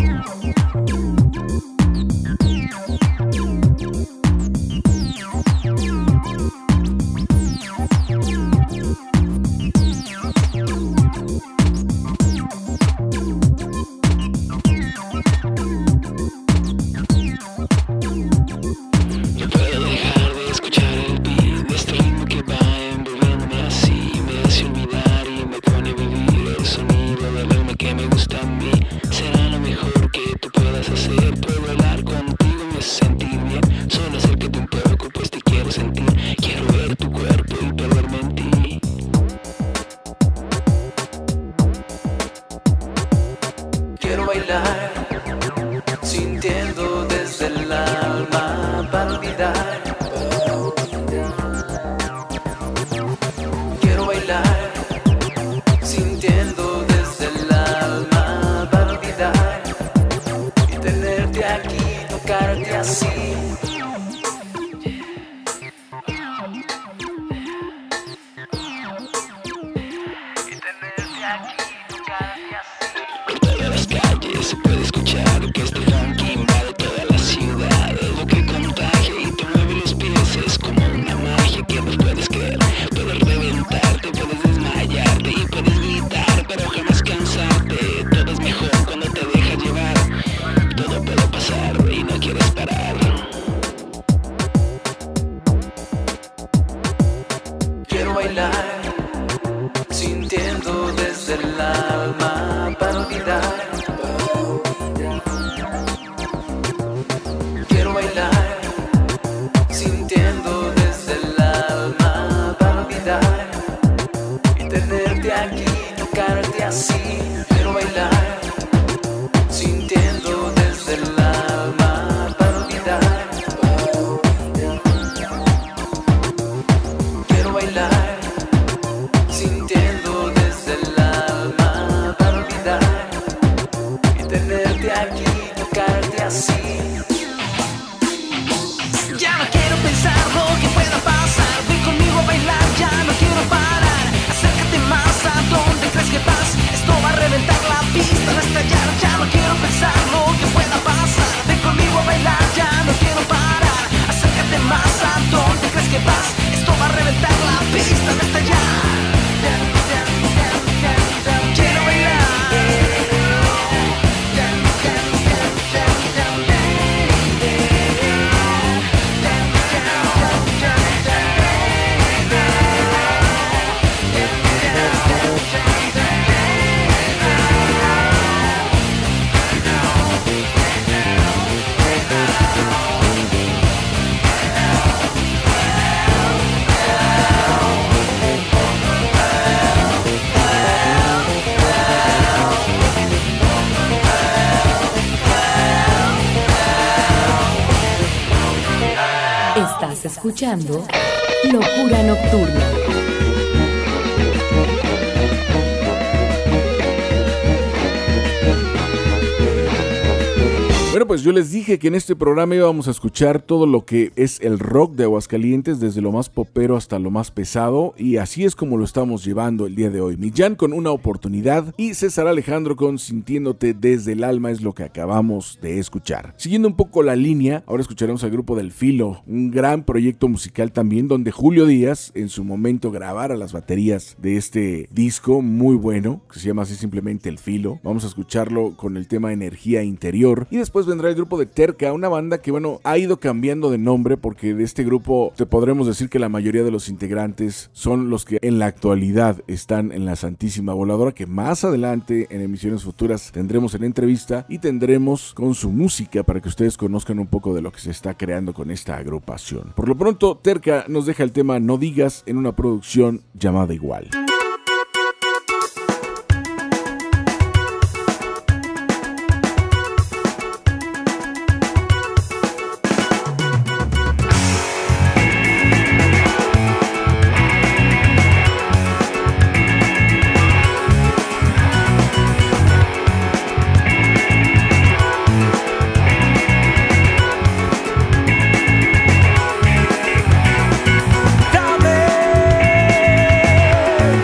Estás escuchando Locura Nocturna. Bueno, pues yo les dije que en este programa íbamos a escuchar todo lo que es el rock de Aguascalientes, desde lo más popero hasta lo más pesado, y así es como lo estamos llevando el día de hoy. Millán con Una Oportunidad y César Alejandro con Sintiéndote desde el Alma es lo que acabamos de escuchar. Siguiendo un poco la línea, ahora escucharemos al grupo Del Filo, un gran proyecto musical también donde Julio Díaz en su momento grabara las baterías de este disco muy bueno, que se llama así simplemente El Filo. Vamos a escucharlo con el tema Energía Interior y después vendrá el grupo de Terca, una banda que ha ido cambiando de nombre porque de este grupo te podremos decir que la mayoría de los integrantes son los que en la actualidad están en la Santísima Voladora, que más adelante en emisiones futuras tendremos en entrevista y tendremos con su música para que ustedes conozcan un poco de lo que se está creando con esta agrupación. Por lo pronto, Terca nos deja el tema No Digas en una producción llamada Igual. Dame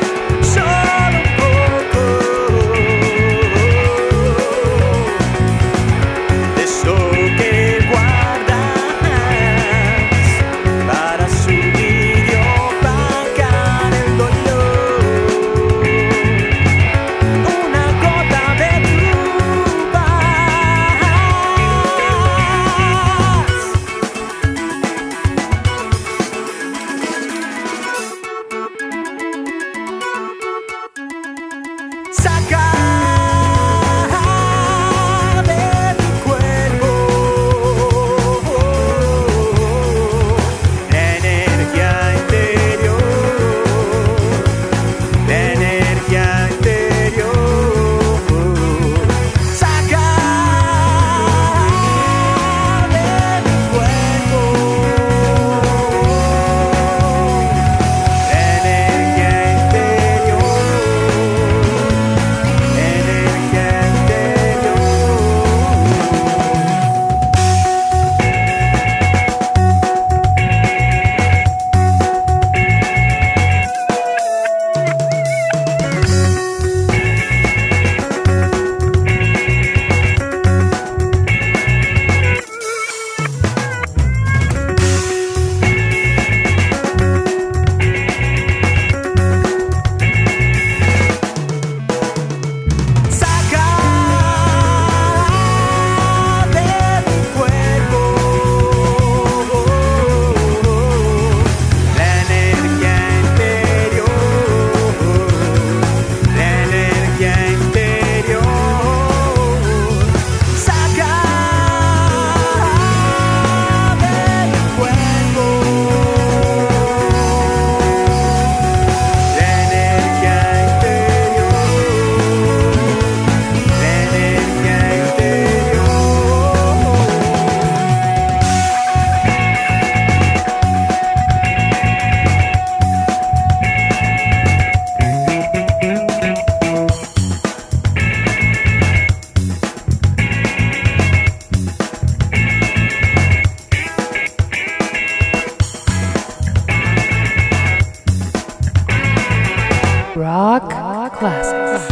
Rock Classics.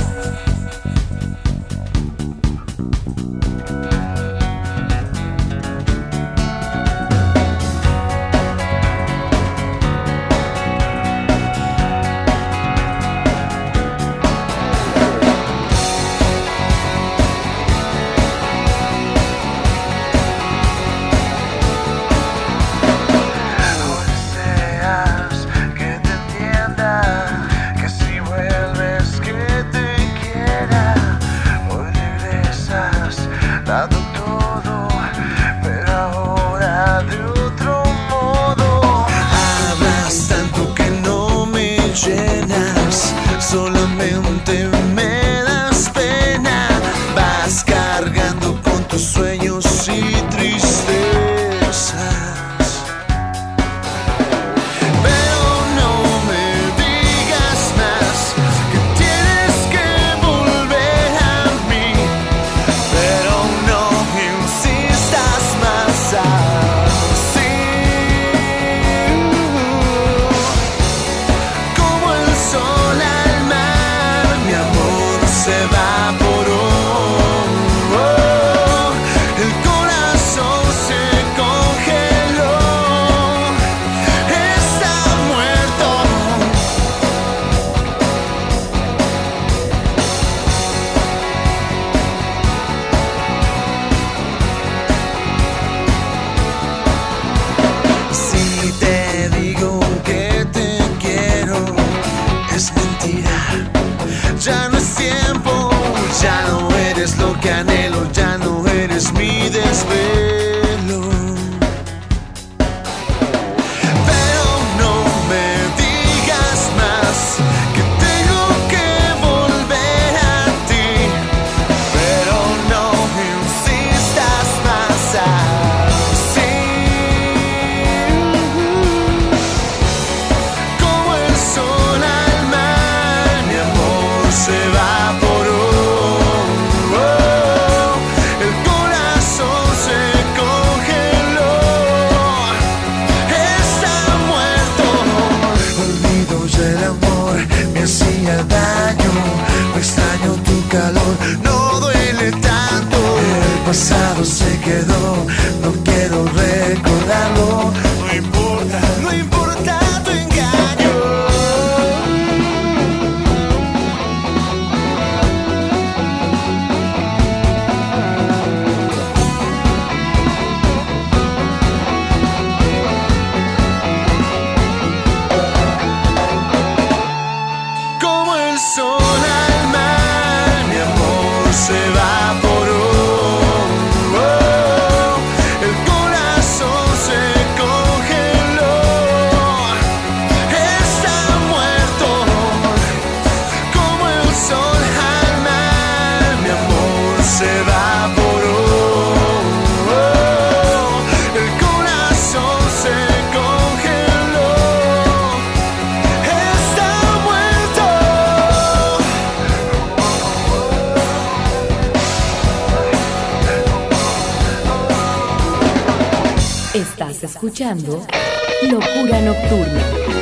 Estás escuchando Locura Nocturna.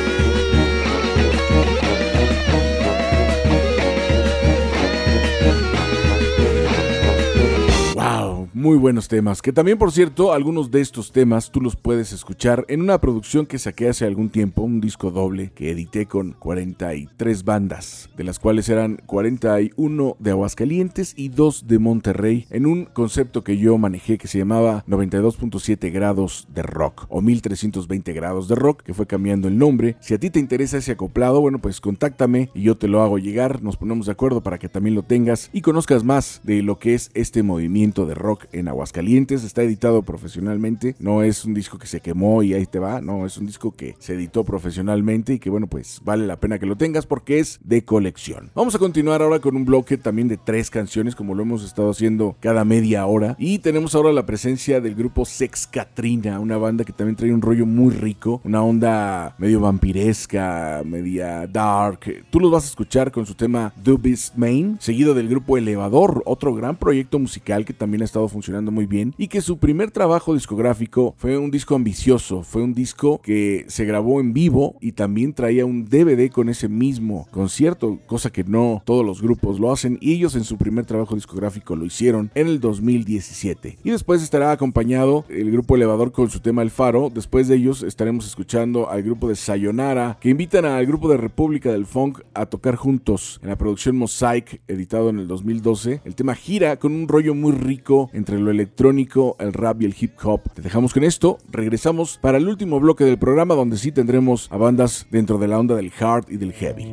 Muy buenos temas, que también, por cierto, algunos de estos temas tú los puedes escuchar en una producción que saqué hace algún tiempo, un disco doble que edité con 43 bandas, de las cuales eran 41 de Aguascalientes y 2 de Monterrey, en un concepto que yo manejé que se llamaba 92.7 grados de rock o 1320 grados de rock, que fue cambiando el nombre. Si a ti te interesa ese acoplado, bueno, pues contáctame y yo te lo hago llegar, nos ponemos de acuerdo para que también lo tengas y conozcas más de lo que es este movimiento de rock en Aguascalientes. Está editado profesionalmente, no es un disco que se quemó y ahí te va, no, es un disco que se editó profesionalmente y que, bueno, pues vale la pena que lo tengas porque es de colección. Vamos a continuar ahora con un bloque también de 3 canciones, como lo hemos estado haciendo cada media hora, y tenemos ahora la presencia del grupo Sex Katrina, una banda que también trae un rollo muy rico, una onda medio vampiresca, media dark. Tú los vas a escuchar con su tema Do Beast Main, seguido del grupo Elevador, otro gran proyecto musical que también ha estado funcionando funcionando muy bien y que su primer trabajo discográfico fue un disco ambicioso, fue un disco que se grabó en vivo y también traía un DVD con ese mismo concierto, cosa que no todos los grupos lo hacen, y ellos en su primer trabajo discográfico lo hicieron en el 2017. Y después estará acompañado el grupo Elevador con su tema El Faro. Después de ellos estaremos escuchando al grupo de Sayonara, que invitan al grupo de República del Funk a tocar juntos en la producción Mosaic, editado en el 2012. El tema gira con un rollo muy rico entre lo electrónico, el rap y el hip hop. Te dejamos con esto, regresamos para el último bloque del programa, donde sí tendremos a bandas dentro de la onda del hard y del heavy.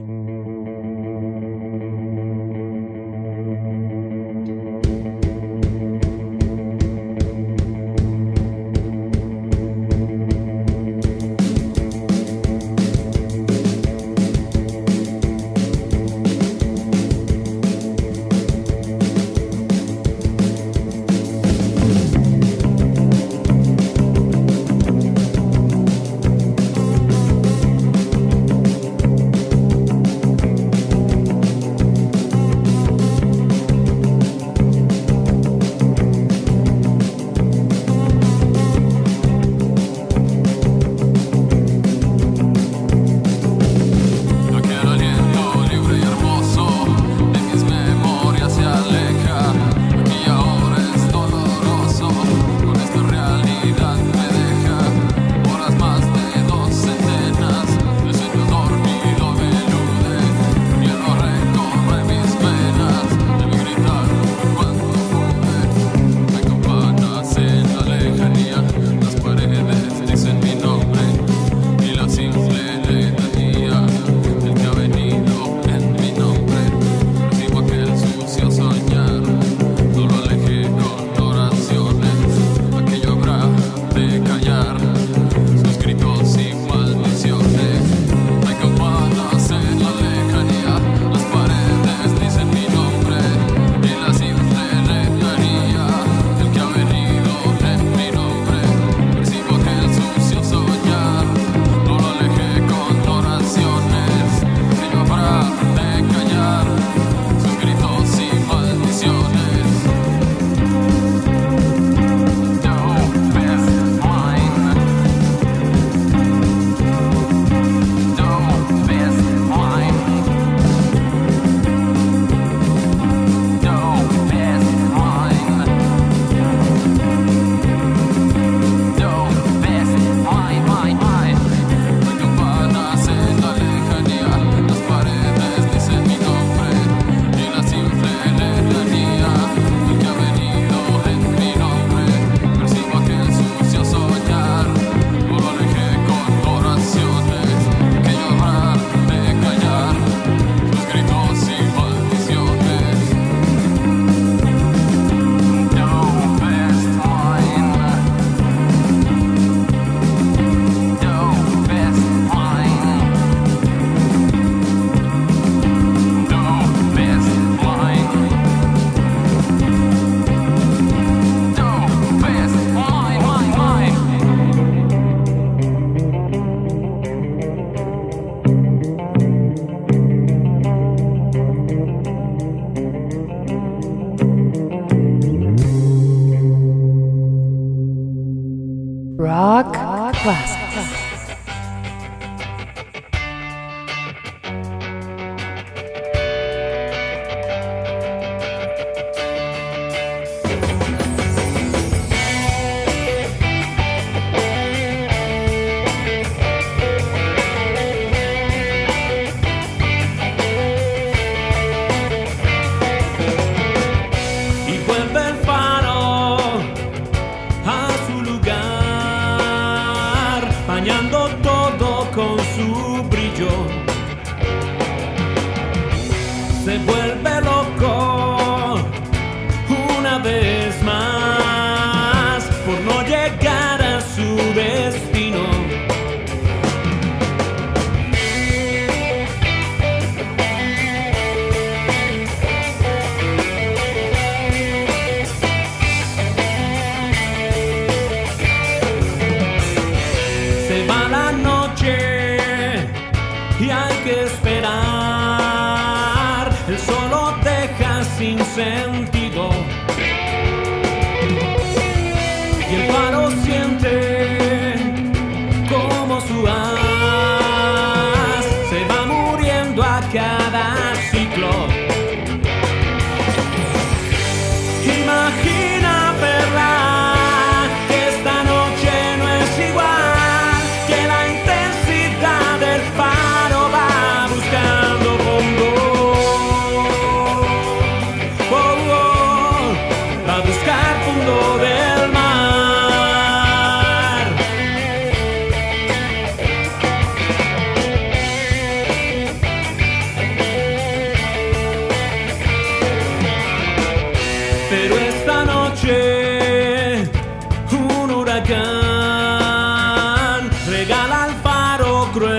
Rock Classics.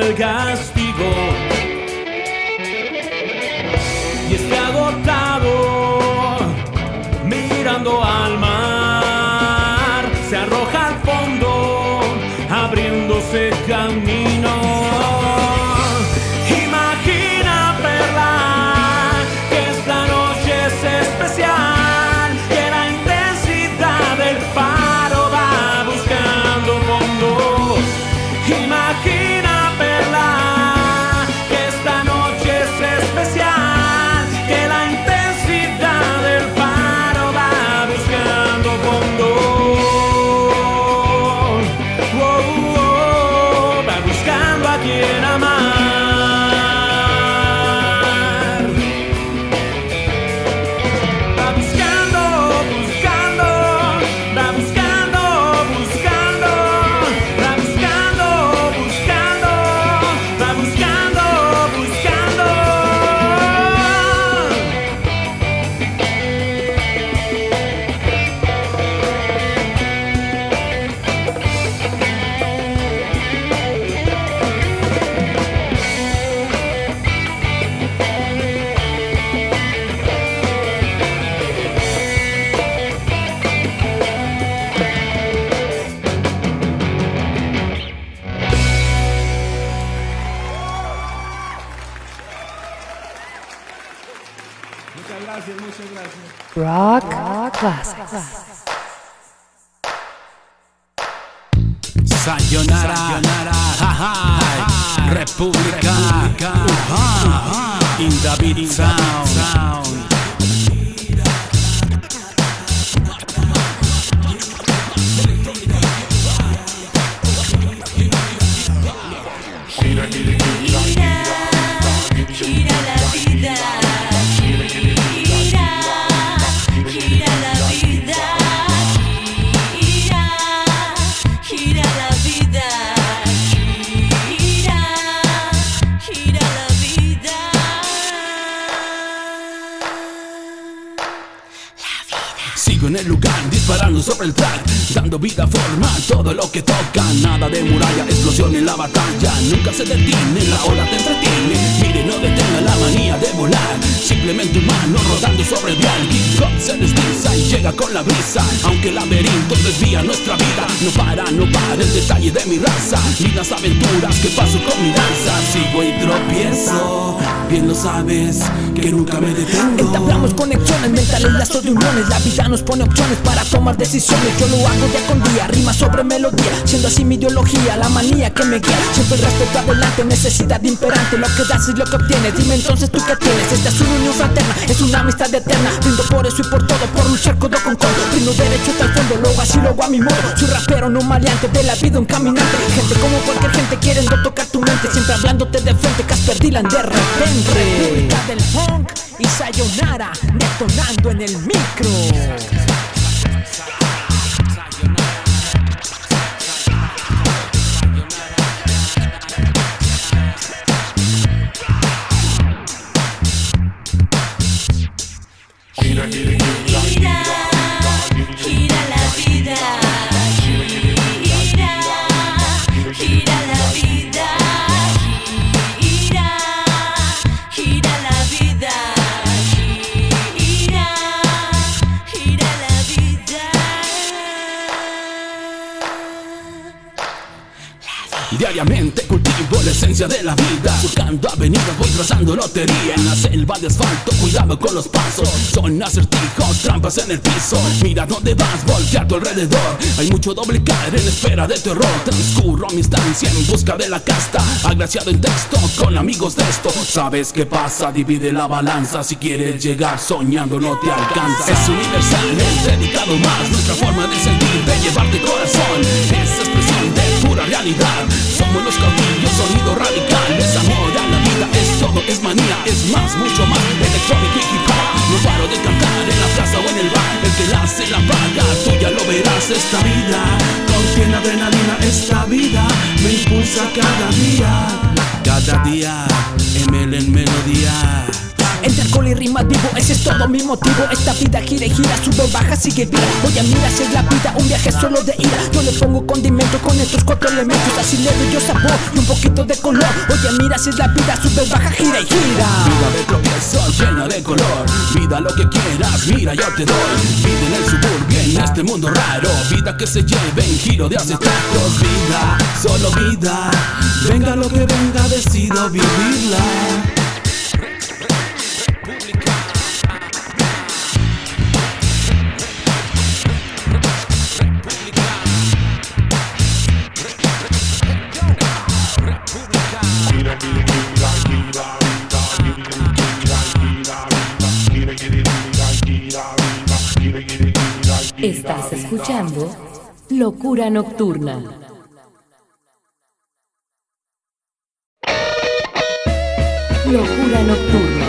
el castigo y esté agotado mirando al mar, se arroja al fondo abriéndose camino. Imagina, perla, que esta noche es especial, que la intensidad del faro va buscando fondo. Imagina, perla, que esta noche es especial, que la intensidad del faro va buscando fondo. Va buscando a quien amar. Va buscando, buscando, va buscando, buscando, va buscando, buscando, va buscando, buscando. Muchas gracias, muchas gracias. Rock Classics. Sayonara, hi, República, in the beat sound. Gira la vida, gira la vida, gira la vida, gira la vida. Sigo en el lugar, disparando sobre el track, dando vida, forma todo lo que toca. Nada de muralla, explosión en la batalla. Nunca se detiene, la ola te entretiene. Mire, no detenga la manía de volar. Simplemente humano rodando sobre el vial. Hip hop se desliza y llega con la brisa. Aunque el laberinto desvía nuestra vida, no para el detalle de mi raza. Ni las aventuras que paso con mi danza. Sigo y tropiezo, bien lo sabes que nunca me detengo. Entablamos conexiones mentales, lazos de uniones. La vida nos pone opciones para tomar decisiones. Yo lo hago día con día, rima sobre melodía, siendo así mi ideología, la manía que me guía. Siempre el respeto adelante, necesidad imperante. Lo que das es lo que obtienes, dime entonces tú qué tienes. Esta es una unión fraterna, es una amistad eterna. Brindo por eso y por todo, por luchar codo con codo. Brindo derecho hasta el fondo, luego así lo hago a mi modo. Soy rapero, no maleante, de la vida un caminante. Gente como cualquier gente queriendo tocar tu mente, siempre hablándote de frente, Casper Dylan de repente. República del funk y sayonara, detonando en el micro. Gira, gira la vida, gira la vida, gira la vida, gira la vida. Diariamente cultivo la esencia de la vida, buscando avenidas, voy trazando lotería. En la selva de asfalto, cuidado con los pasos. Son acertijos, trampas en el piso. Mira dónde vas, voltea a tu alrededor. Hay mucho doble cara en espera de tu error. Transcurro mi estancia en busca de la casta, agraciado en texto con amigos de esto. ¿Sabes qué pasa? Divide la balanza. Si quieres llegar soñando no te alcanza. Es universal, es dedicado más. Nuestra forma de sentir, de llevarte corazón. Es expresión de pura realidad. Somos los caudillos, sonido radical. Es amor a la vida, es todo, es manía. Es más, mucho más, electrónico y hip hop. No paro de cantar en la plaza o en el bar. El que la hace la paga, tú ya lo verás. Esta vida contiene adrenalina. Esta vida me impulsa cada día. Cada día, ML en melodía. Entre alcohol y rimas vivo, ese es es todo mi motivo. Esta vida gira y gira, sube, baja, sigue vida. Oye, mira si es la vida, un viaje solo de ira. No le pongo condimento con estos 4 elementos. Así le doy yo sabor y un poquito de color. Oye, mira si es la vida, sube, baja, gira y gira. Vida de tropiezo, llena de color. Vida lo que quieras, mira yo te doy. Vida en el suburbio, en este mundo raro. Vida que se lleve en giro de acetatos. Vida, solo vida. Venga lo que venga, decido vivirla. Estás escuchando Locura Nocturna. Locura Nocturna.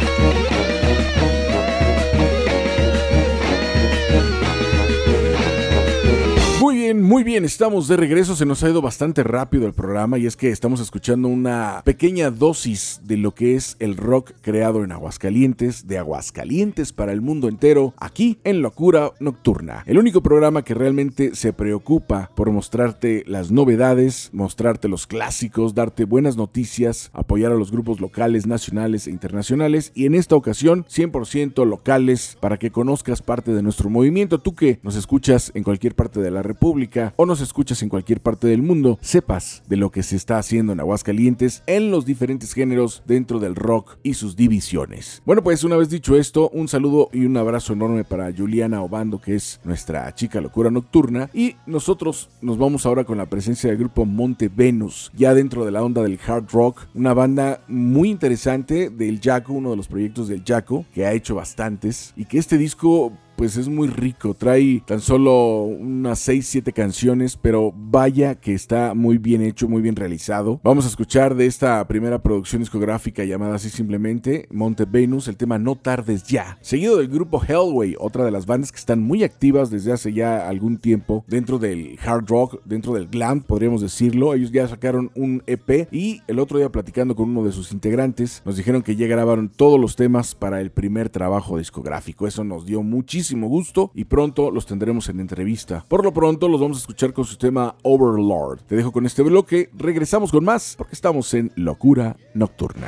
Muy bien, estamos de regreso. Se nos ha ido bastante rápido el programa y es que estamos escuchando una pequeña dosis de lo que es el rock creado en Aguascalientes, de Aguascalientes para el mundo entero, aquí en Locura Nocturna. El único programa que realmente se preocupa por mostrarte las novedades, mostrarte los clásicos, darte buenas noticias, apoyar a los grupos locales, nacionales e internacionales, y en esta ocasión 100% locales, para que conozcas parte de nuestro movimiento. Tú que nos escuchas en cualquier parte de la República o nos escuchas en cualquier parte del mundo, sepas de lo que se está haciendo en Aguascalientes en los diferentes géneros dentro del rock y sus divisiones. Bueno, pues una vez dicho esto, un saludo y un abrazo enorme para Juliana Obando, que es nuestra chica Locura Nocturna, y nosotros nos vamos ahora con la presencia del grupo Monte Venus, ya dentro de la onda del hard rock, una banda muy interesante del Jaco, uno de los proyectos del Jaco, que ha hecho bastantes, y que este disco pues es muy rico, trae tan solo unas 6-7 canciones, pero vaya que está muy bien hecho, muy bien realizado. Vamos a escuchar de esta primera producción discográfica llamada así simplemente, Monte Venus, el tema No Tardes Ya, seguido del grupo Hellway, otra de las bandas que están muy activas desde hace ya algún tiempo dentro del hard rock, dentro del glam, podríamos decirlo. Ellos ya sacaron un EP y el otro día, platicando con uno de sus integrantes, nos dijeron que ya grabaron todos los temas para el primer trabajo discográfico. Eso nos dio muchísimo gusto y pronto los tendremos en entrevista. Por lo pronto los vamos a escuchar con su tema Overlord. Te dejo con este bloque, regresamos con más porque estamos en Locura Nocturna.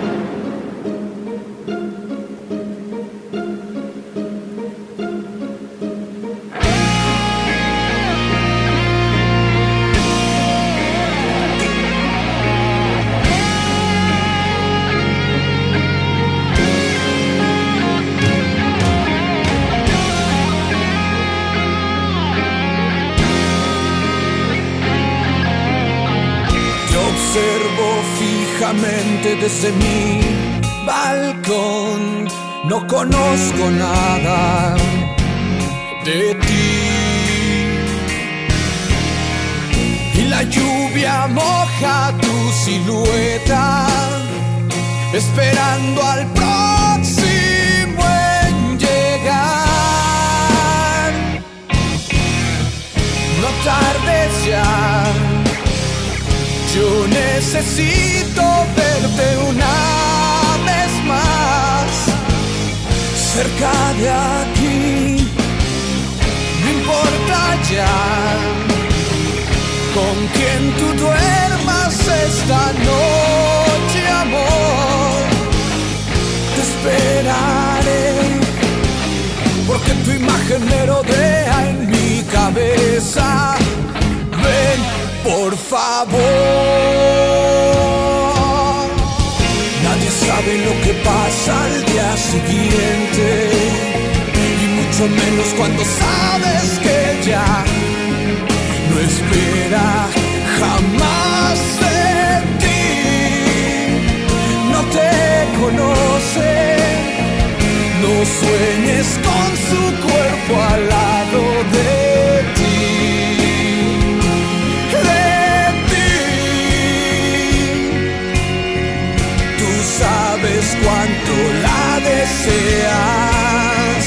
Desde mi balcón no conozco nada de ti y la lluvia moja tu silueta esperando al próximo en llegar. No tardes ya, yo necesito verte una vez más cerca de aquí. No importa ya con quién tú duermas esta noche, amor. Te esperaré porque tu imagen me rodea en mi cabeza. Ven, por favor. Nadie sabe lo que pasa al día siguiente, y mucho menos cuando sabes que ya no espera jamás de ti. No te conoce, no sueñes con su cuerpo al lado de ti. Sabes cuánto la deseas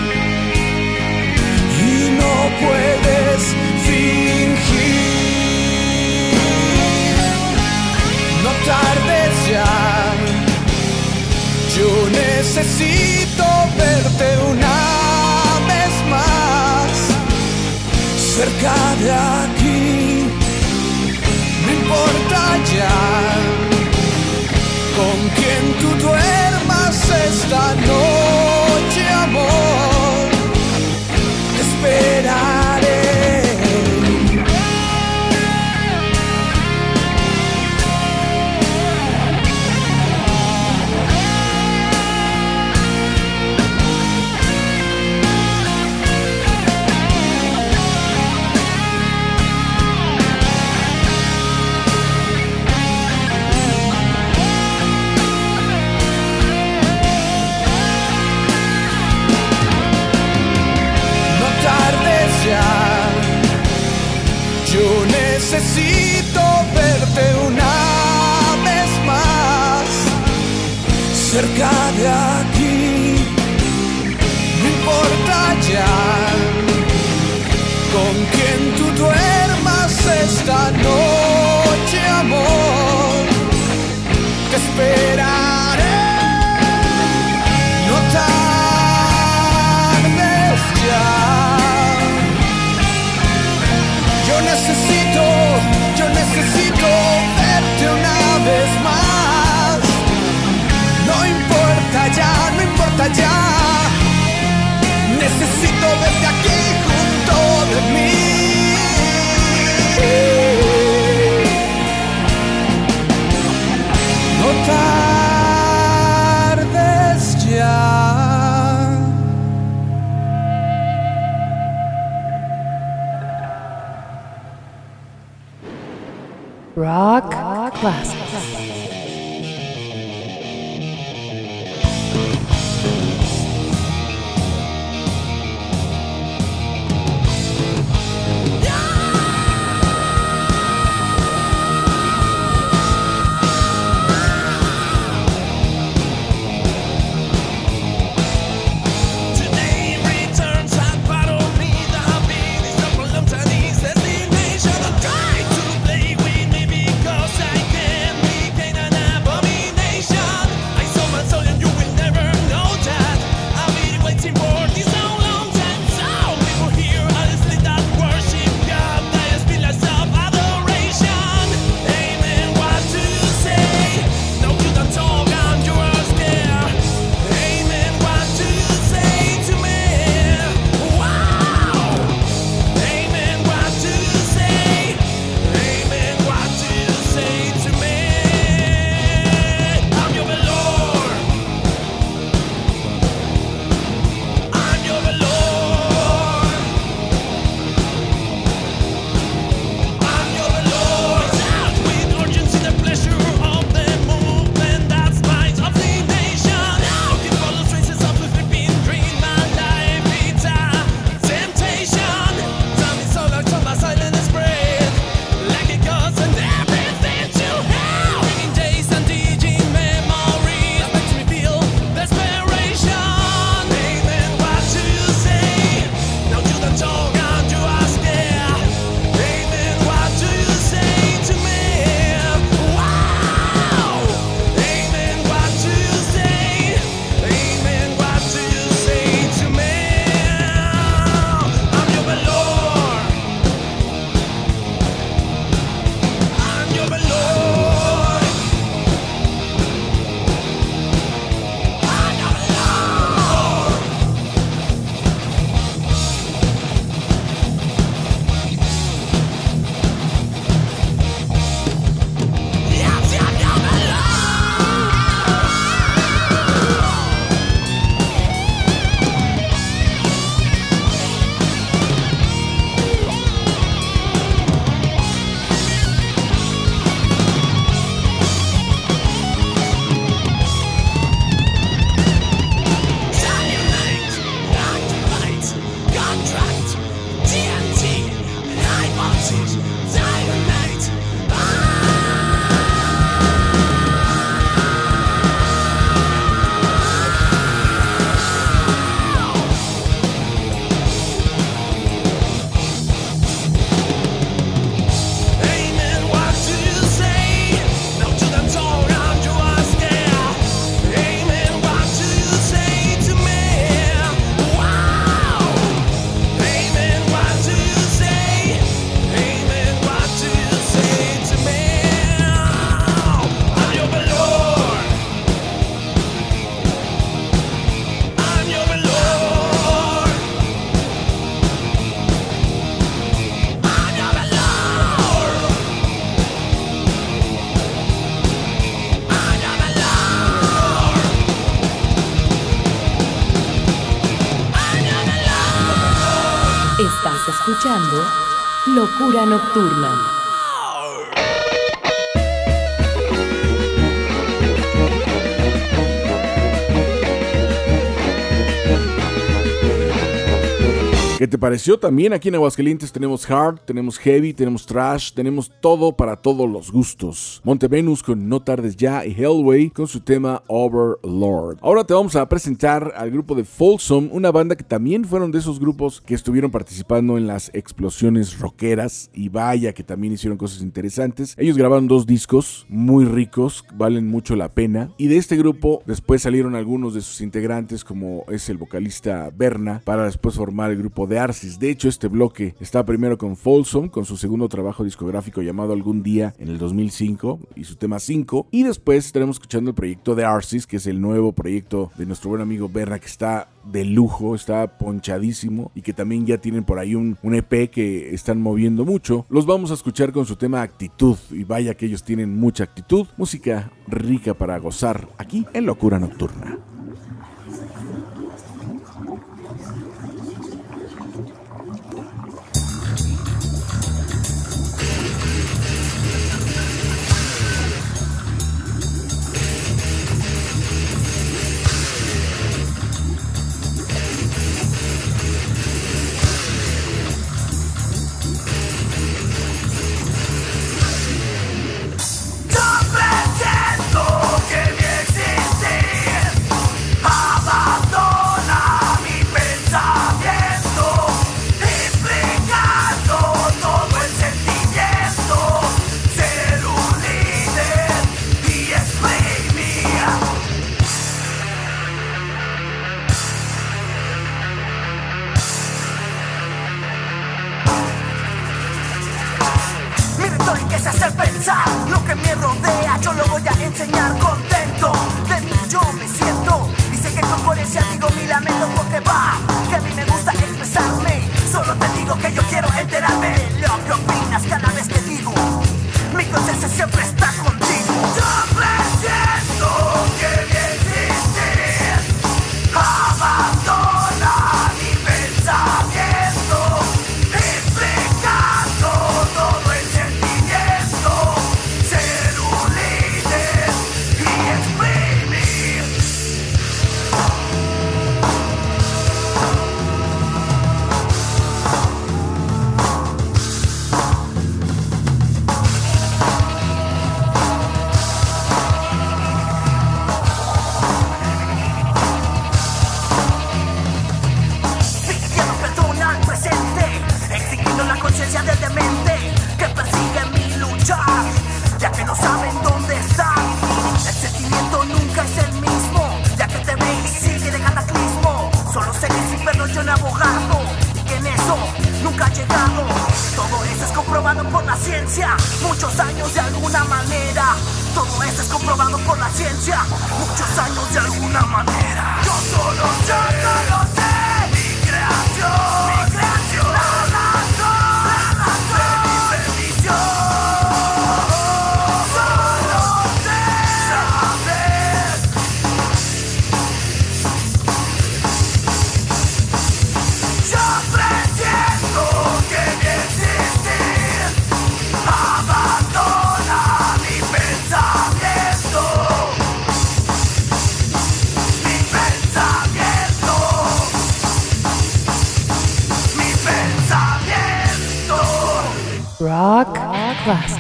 y no puedes fingir. No tardes ya, yo necesito necesito verte una vez más cerca de aquí. No importa ya con quién tú duermas esta noche, amor, te esperaré. Yo necesito verte una vez más cerca de aquí. No importa ya con quién tú duermas esta noche, amor, te esperaré. No tardes ya. Yo necesito verte una vez más. No importa ya, no importa ya. Necesito verte aquí junto de mí. No tardes ya. Rock Classic. Destination, I try to play with me because I can. escuchando Locura Nocturna. ¿Qué te pareció? También aquí en Aguascalientes tenemos hard, tenemos heavy, tenemos trash, tenemos todo para todos los gustos. Montevenus con No Tardes Ya y Hellway con su tema Overlord. Ahora te vamos a presentar al grupo de Folsom, una banda que también fueron de esos grupos que estuvieron participando en las explosiones rockeras y vaya que también hicieron cosas interesantes. Ellos grabaron 2 discos muy ricos, valen mucho la pena, y de este grupo después salieron algunos de sus integrantes como es el vocalista Berna para después formar el grupo de Arsis. De hecho, este bloque está primero con Folsom, con su segundo trabajo discográfico llamado Algún Día en el 2005 y su tema 5, y después estaremos escuchando el proyecto de Arsis, que es el nuevo proyecto de nuestro buen amigo Berna, que está de lujo, está ponchadísimo y que también ya tienen por ahí un EP que están moviendo mucho. Los vamos a escuchar con su tema Actitud, y vaya que ellos tienen mucha actitud, música rica para gozar aquí en Locura Nocturna. Que mi existir Rock Classic.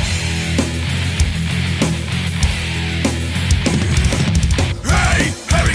Hey, Harry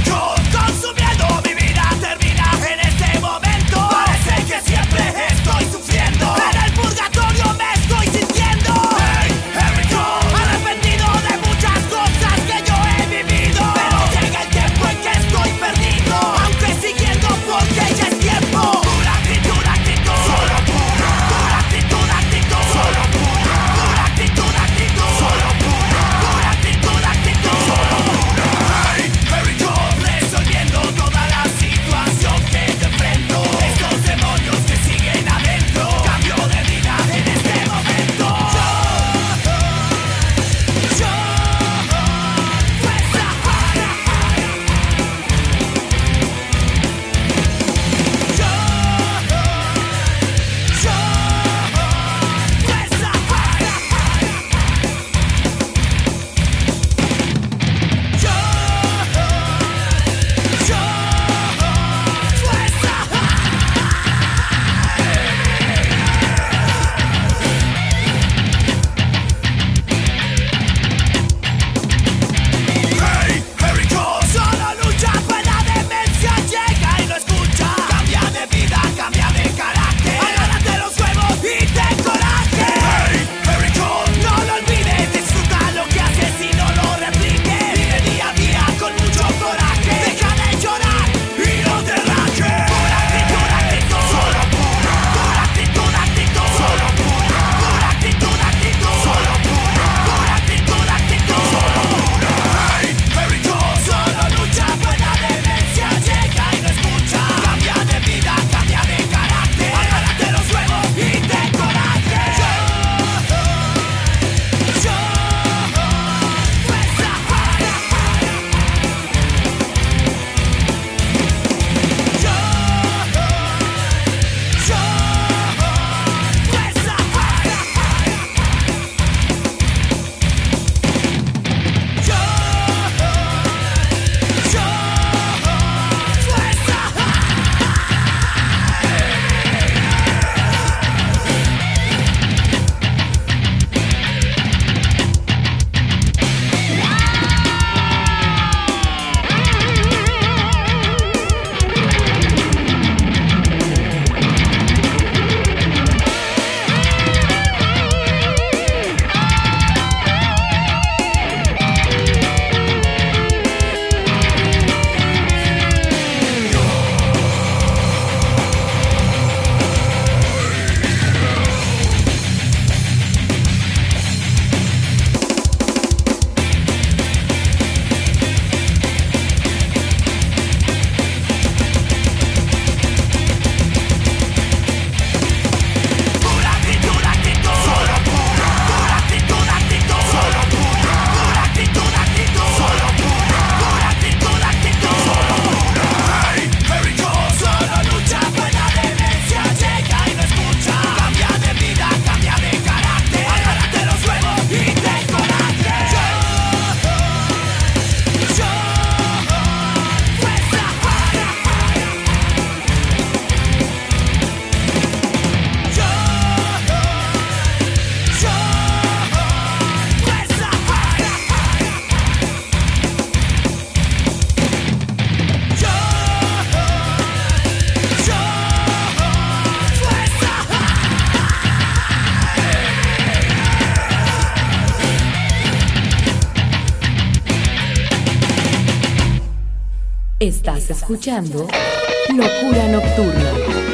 Estás escuchando Locura Nocturna.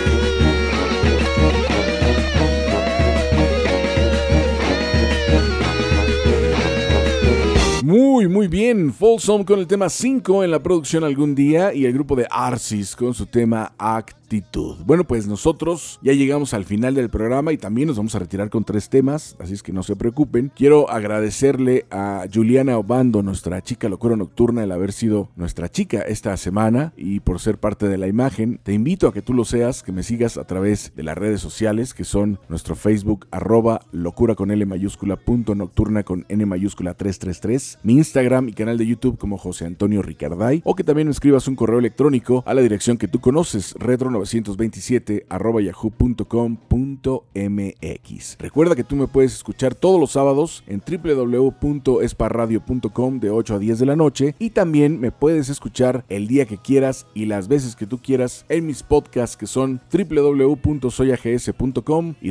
Muy bien, Folsom con el tema 5 en la producción Algún Día y el grupo de Arsis con su tema Actitud. Bueno, pues nosotros ya llegamos al final del programa y también nos vamos a retirar con 3 temas, así es que no se preocupen. Quiero agradecerle a Juliana Obando, nuestra chica Locura Nocturna, el haber sido nuestra chica esta semana y por ser parte de la imagen. Te invito a que tú lo seas, que me sigas a través de las redes sociales que son nuestro Facebook @locura con L mayúscula .nocturna con N mayúscula 333, mi Instagram y canal de YouTube como José Antonio Ricarday, o que también me escribas un correo electrónico a la dirección que tú conoces, retro927@yahoo.com.mx. Recuerda que tú me puedes escuchar todos los sábados en www.esparradio.com de 8 a 10 de la noche y también me puedes escuchar el día que quieras y las veces que tú quieras en mis podcasts que son www.soyags.com y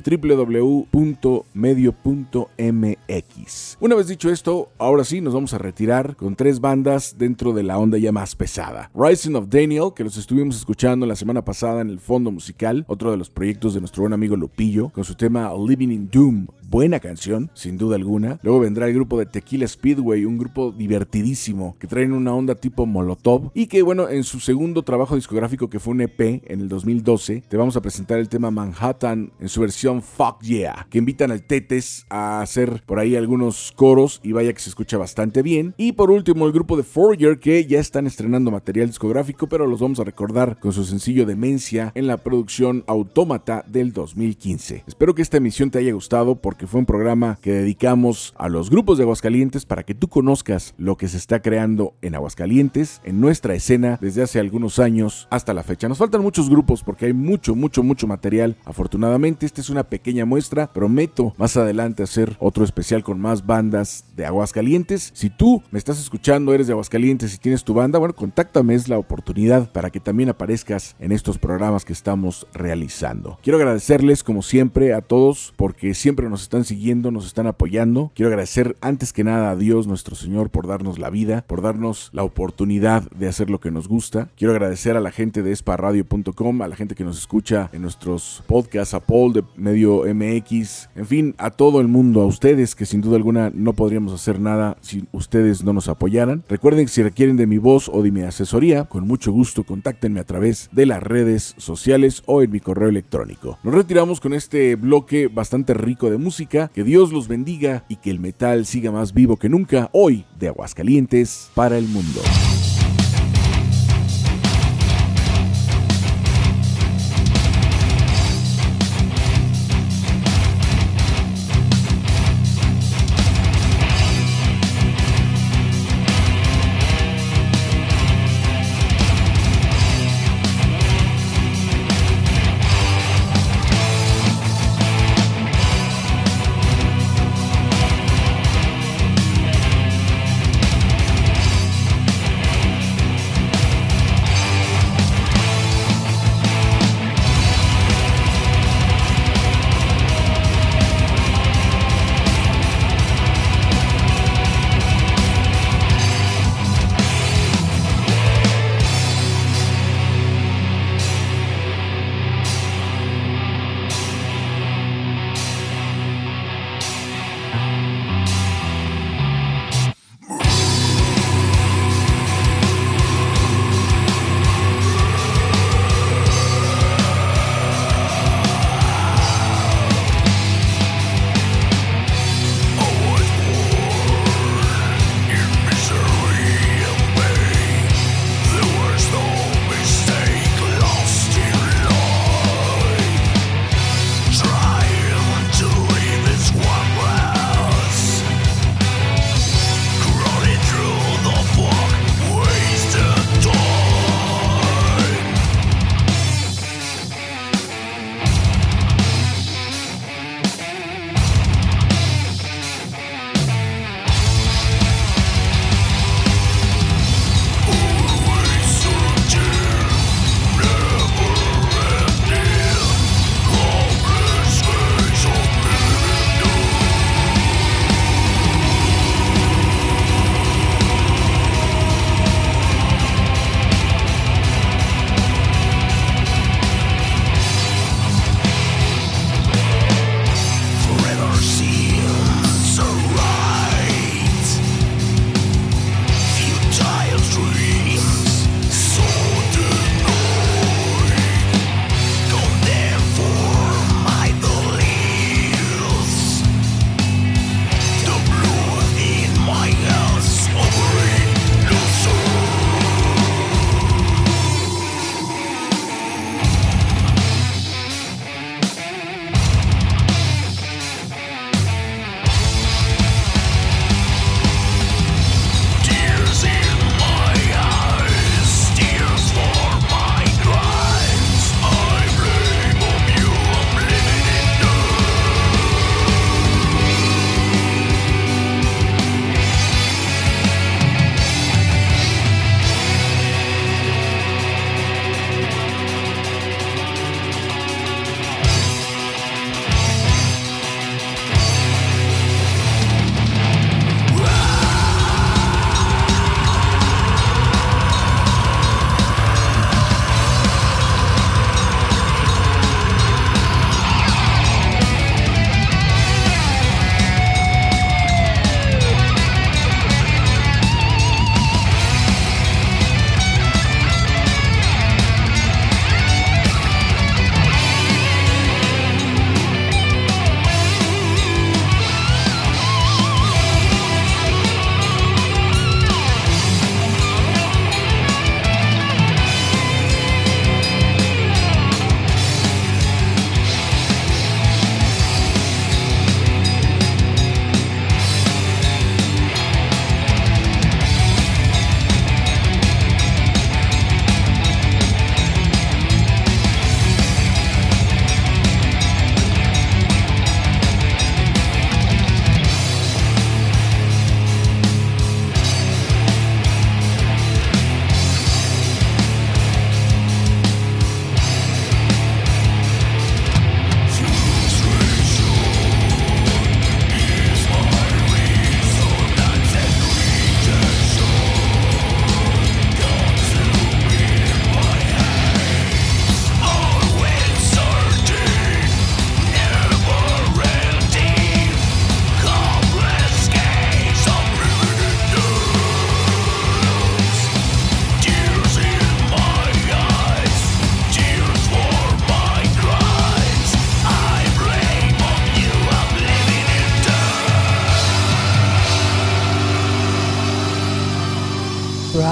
www.medio.mx. Una vez dicho esto, ahora sí nos vamos a retirar con 3 bandas dentro de la onda ya más pesada. Rising of Daniel, que los estuvimos escuchando la semana pasada en el fondo musical, otro de los proyectos de nuestro buen amigo Lupillo, con su tema Living in Doom. Buena canción, sin duda alguna. Luego vendrá el grupo de Tequila Speedway, un grupo divertidísimo que traen una onda tipo Molotov y que, bueno, en su segundo trabajo discográfico, que fue un EP en el 2012, te vamos a presentar el tema Manhattan en su versión Fuck Yeah, que invitan al Tetes a hacer por ahí algunos coros y vaya que se escucha bastante bien. Y por último, el grupo de Fourier, que ya están estrenando material discográfico, pero los vamos a recordar con su sencillo Demencia en la producción Autómata del 2015. Espero que esta emisión te haya gustado porque fue un programa que dedicamos a los grupos de Aguascalientes para que tú conozcas lo que se está creando en Aguascalientes, en nuestra escena desde hace algunos años hasta la fecha. Nos faltan muchos grupos porque hay mucho material. Afortunadamente, esta es una pequeña muestra. Prometo más adelante hacer otro especial con más bandas de Aguascalientes. Si tú me estás escuchando, eres de Aguascalientes y tienes tu banda, bueno, contáctame, es la oportunidad para que también aparezcas en estos programas que estamos realizando. Quiero agradecerles como siempre a todos porque siempre nos están siguiendo, nos están apoyando. Quiero agradecer antes que nada a Dios nuestro Señor por darnos la vida, por darnos la oportunidad de hacer lo que nos gusta. Quiero agradecer a la gente de esparradio.com, a la gente que nos escucha en nuestros podcasts, a Paul de Medio MX, en fin, a todo el mundo, a ustedes que sin duda alguna no podríamos hacer nada si ustedes no nos apoyaran. Recuerden que si requieren de mi voz o de mi asesoría, con mucho gusto contáctenme a través de las redes sociales o en mi correo electrónico. Nos retiramos con este bloque bastante rico de música. Que Dios los bendiga y que el metal siga más vivo que nunca, hoy de Aguascalientes para el mundo.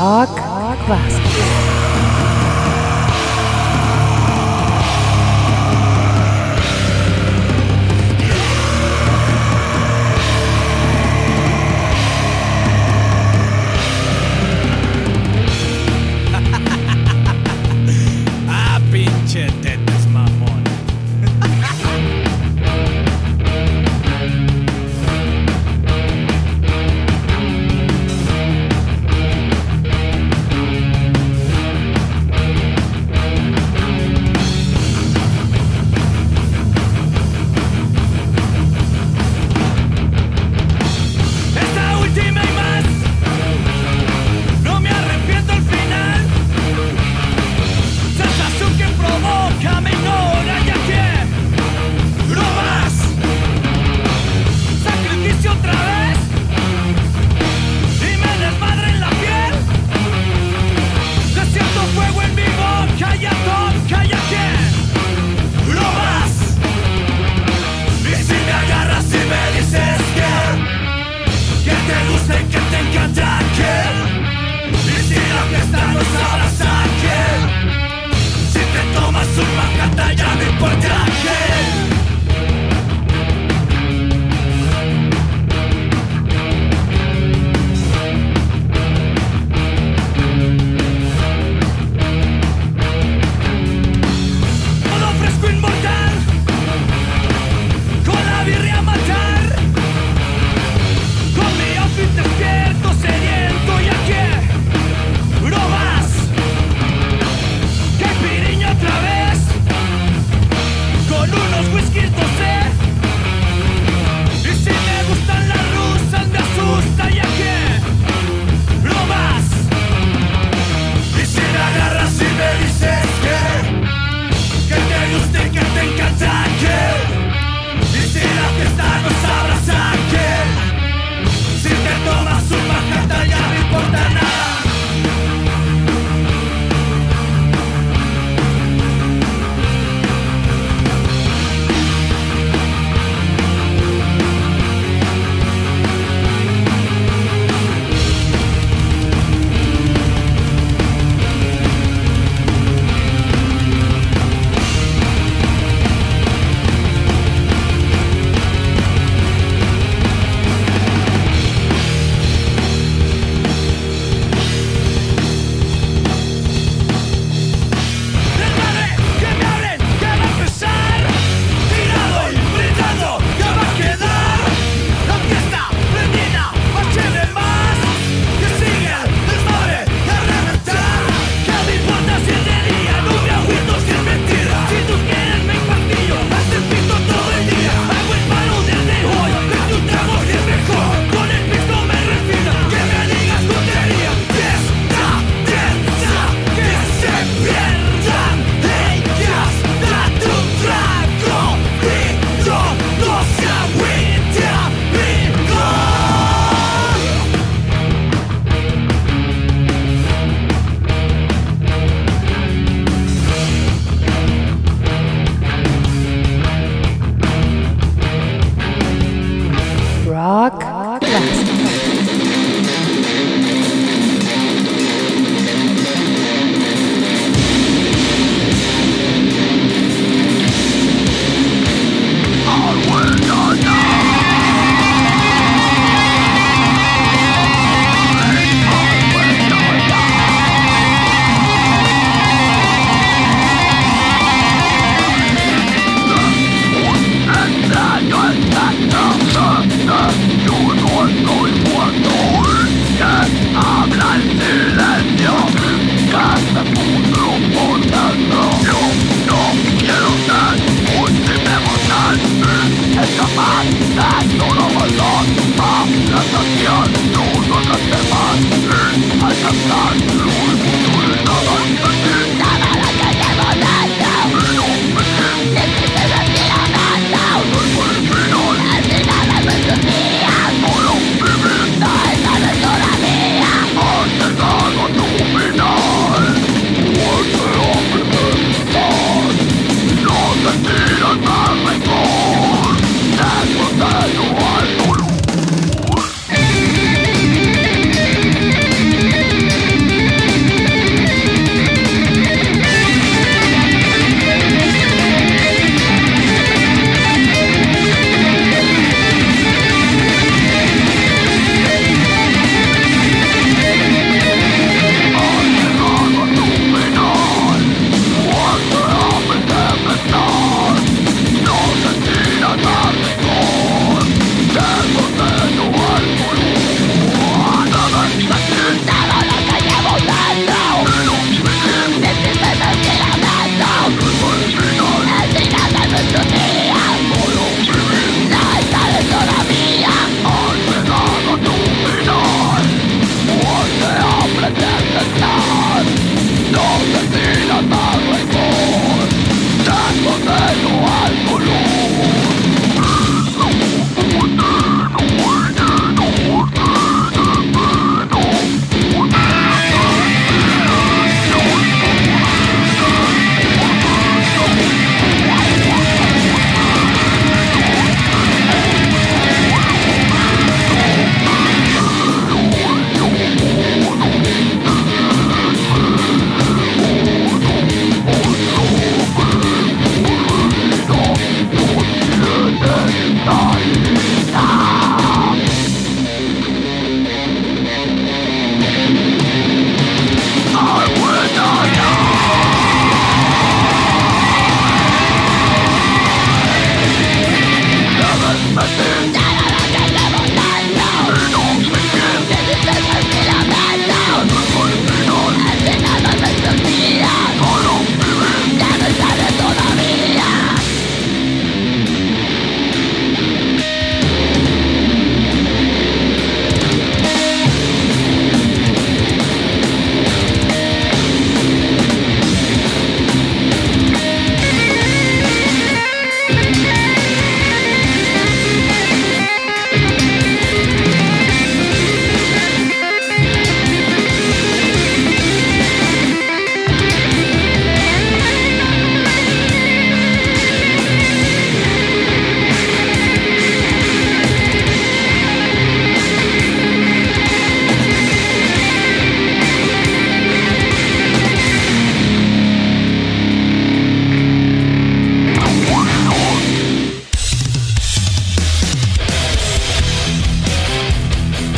Rock Classic. Ah, pinche tetas, mamón. Esta última y más. No me arrepiento al final. Sensación que provoca, me ignora y aquí no más. Sacrificio otra vez y me desmadre en la piel. Desierto fuego en mi boca y a toca y aquí no más. Y si me agarras y me dices que te gusta y que te encanta que y si la fiesta nos abraza que si te tomas un macata ya no importa que todo fresco inmortal con la birria a matar con mi outfit despierto sediento y aquí no más. Caipiriña otra vez con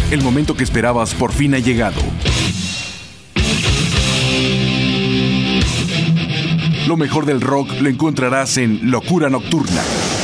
El momento que esperabas por fin ha llegado. Lo mejor del rock lo encontrarás en Locura Nocturna.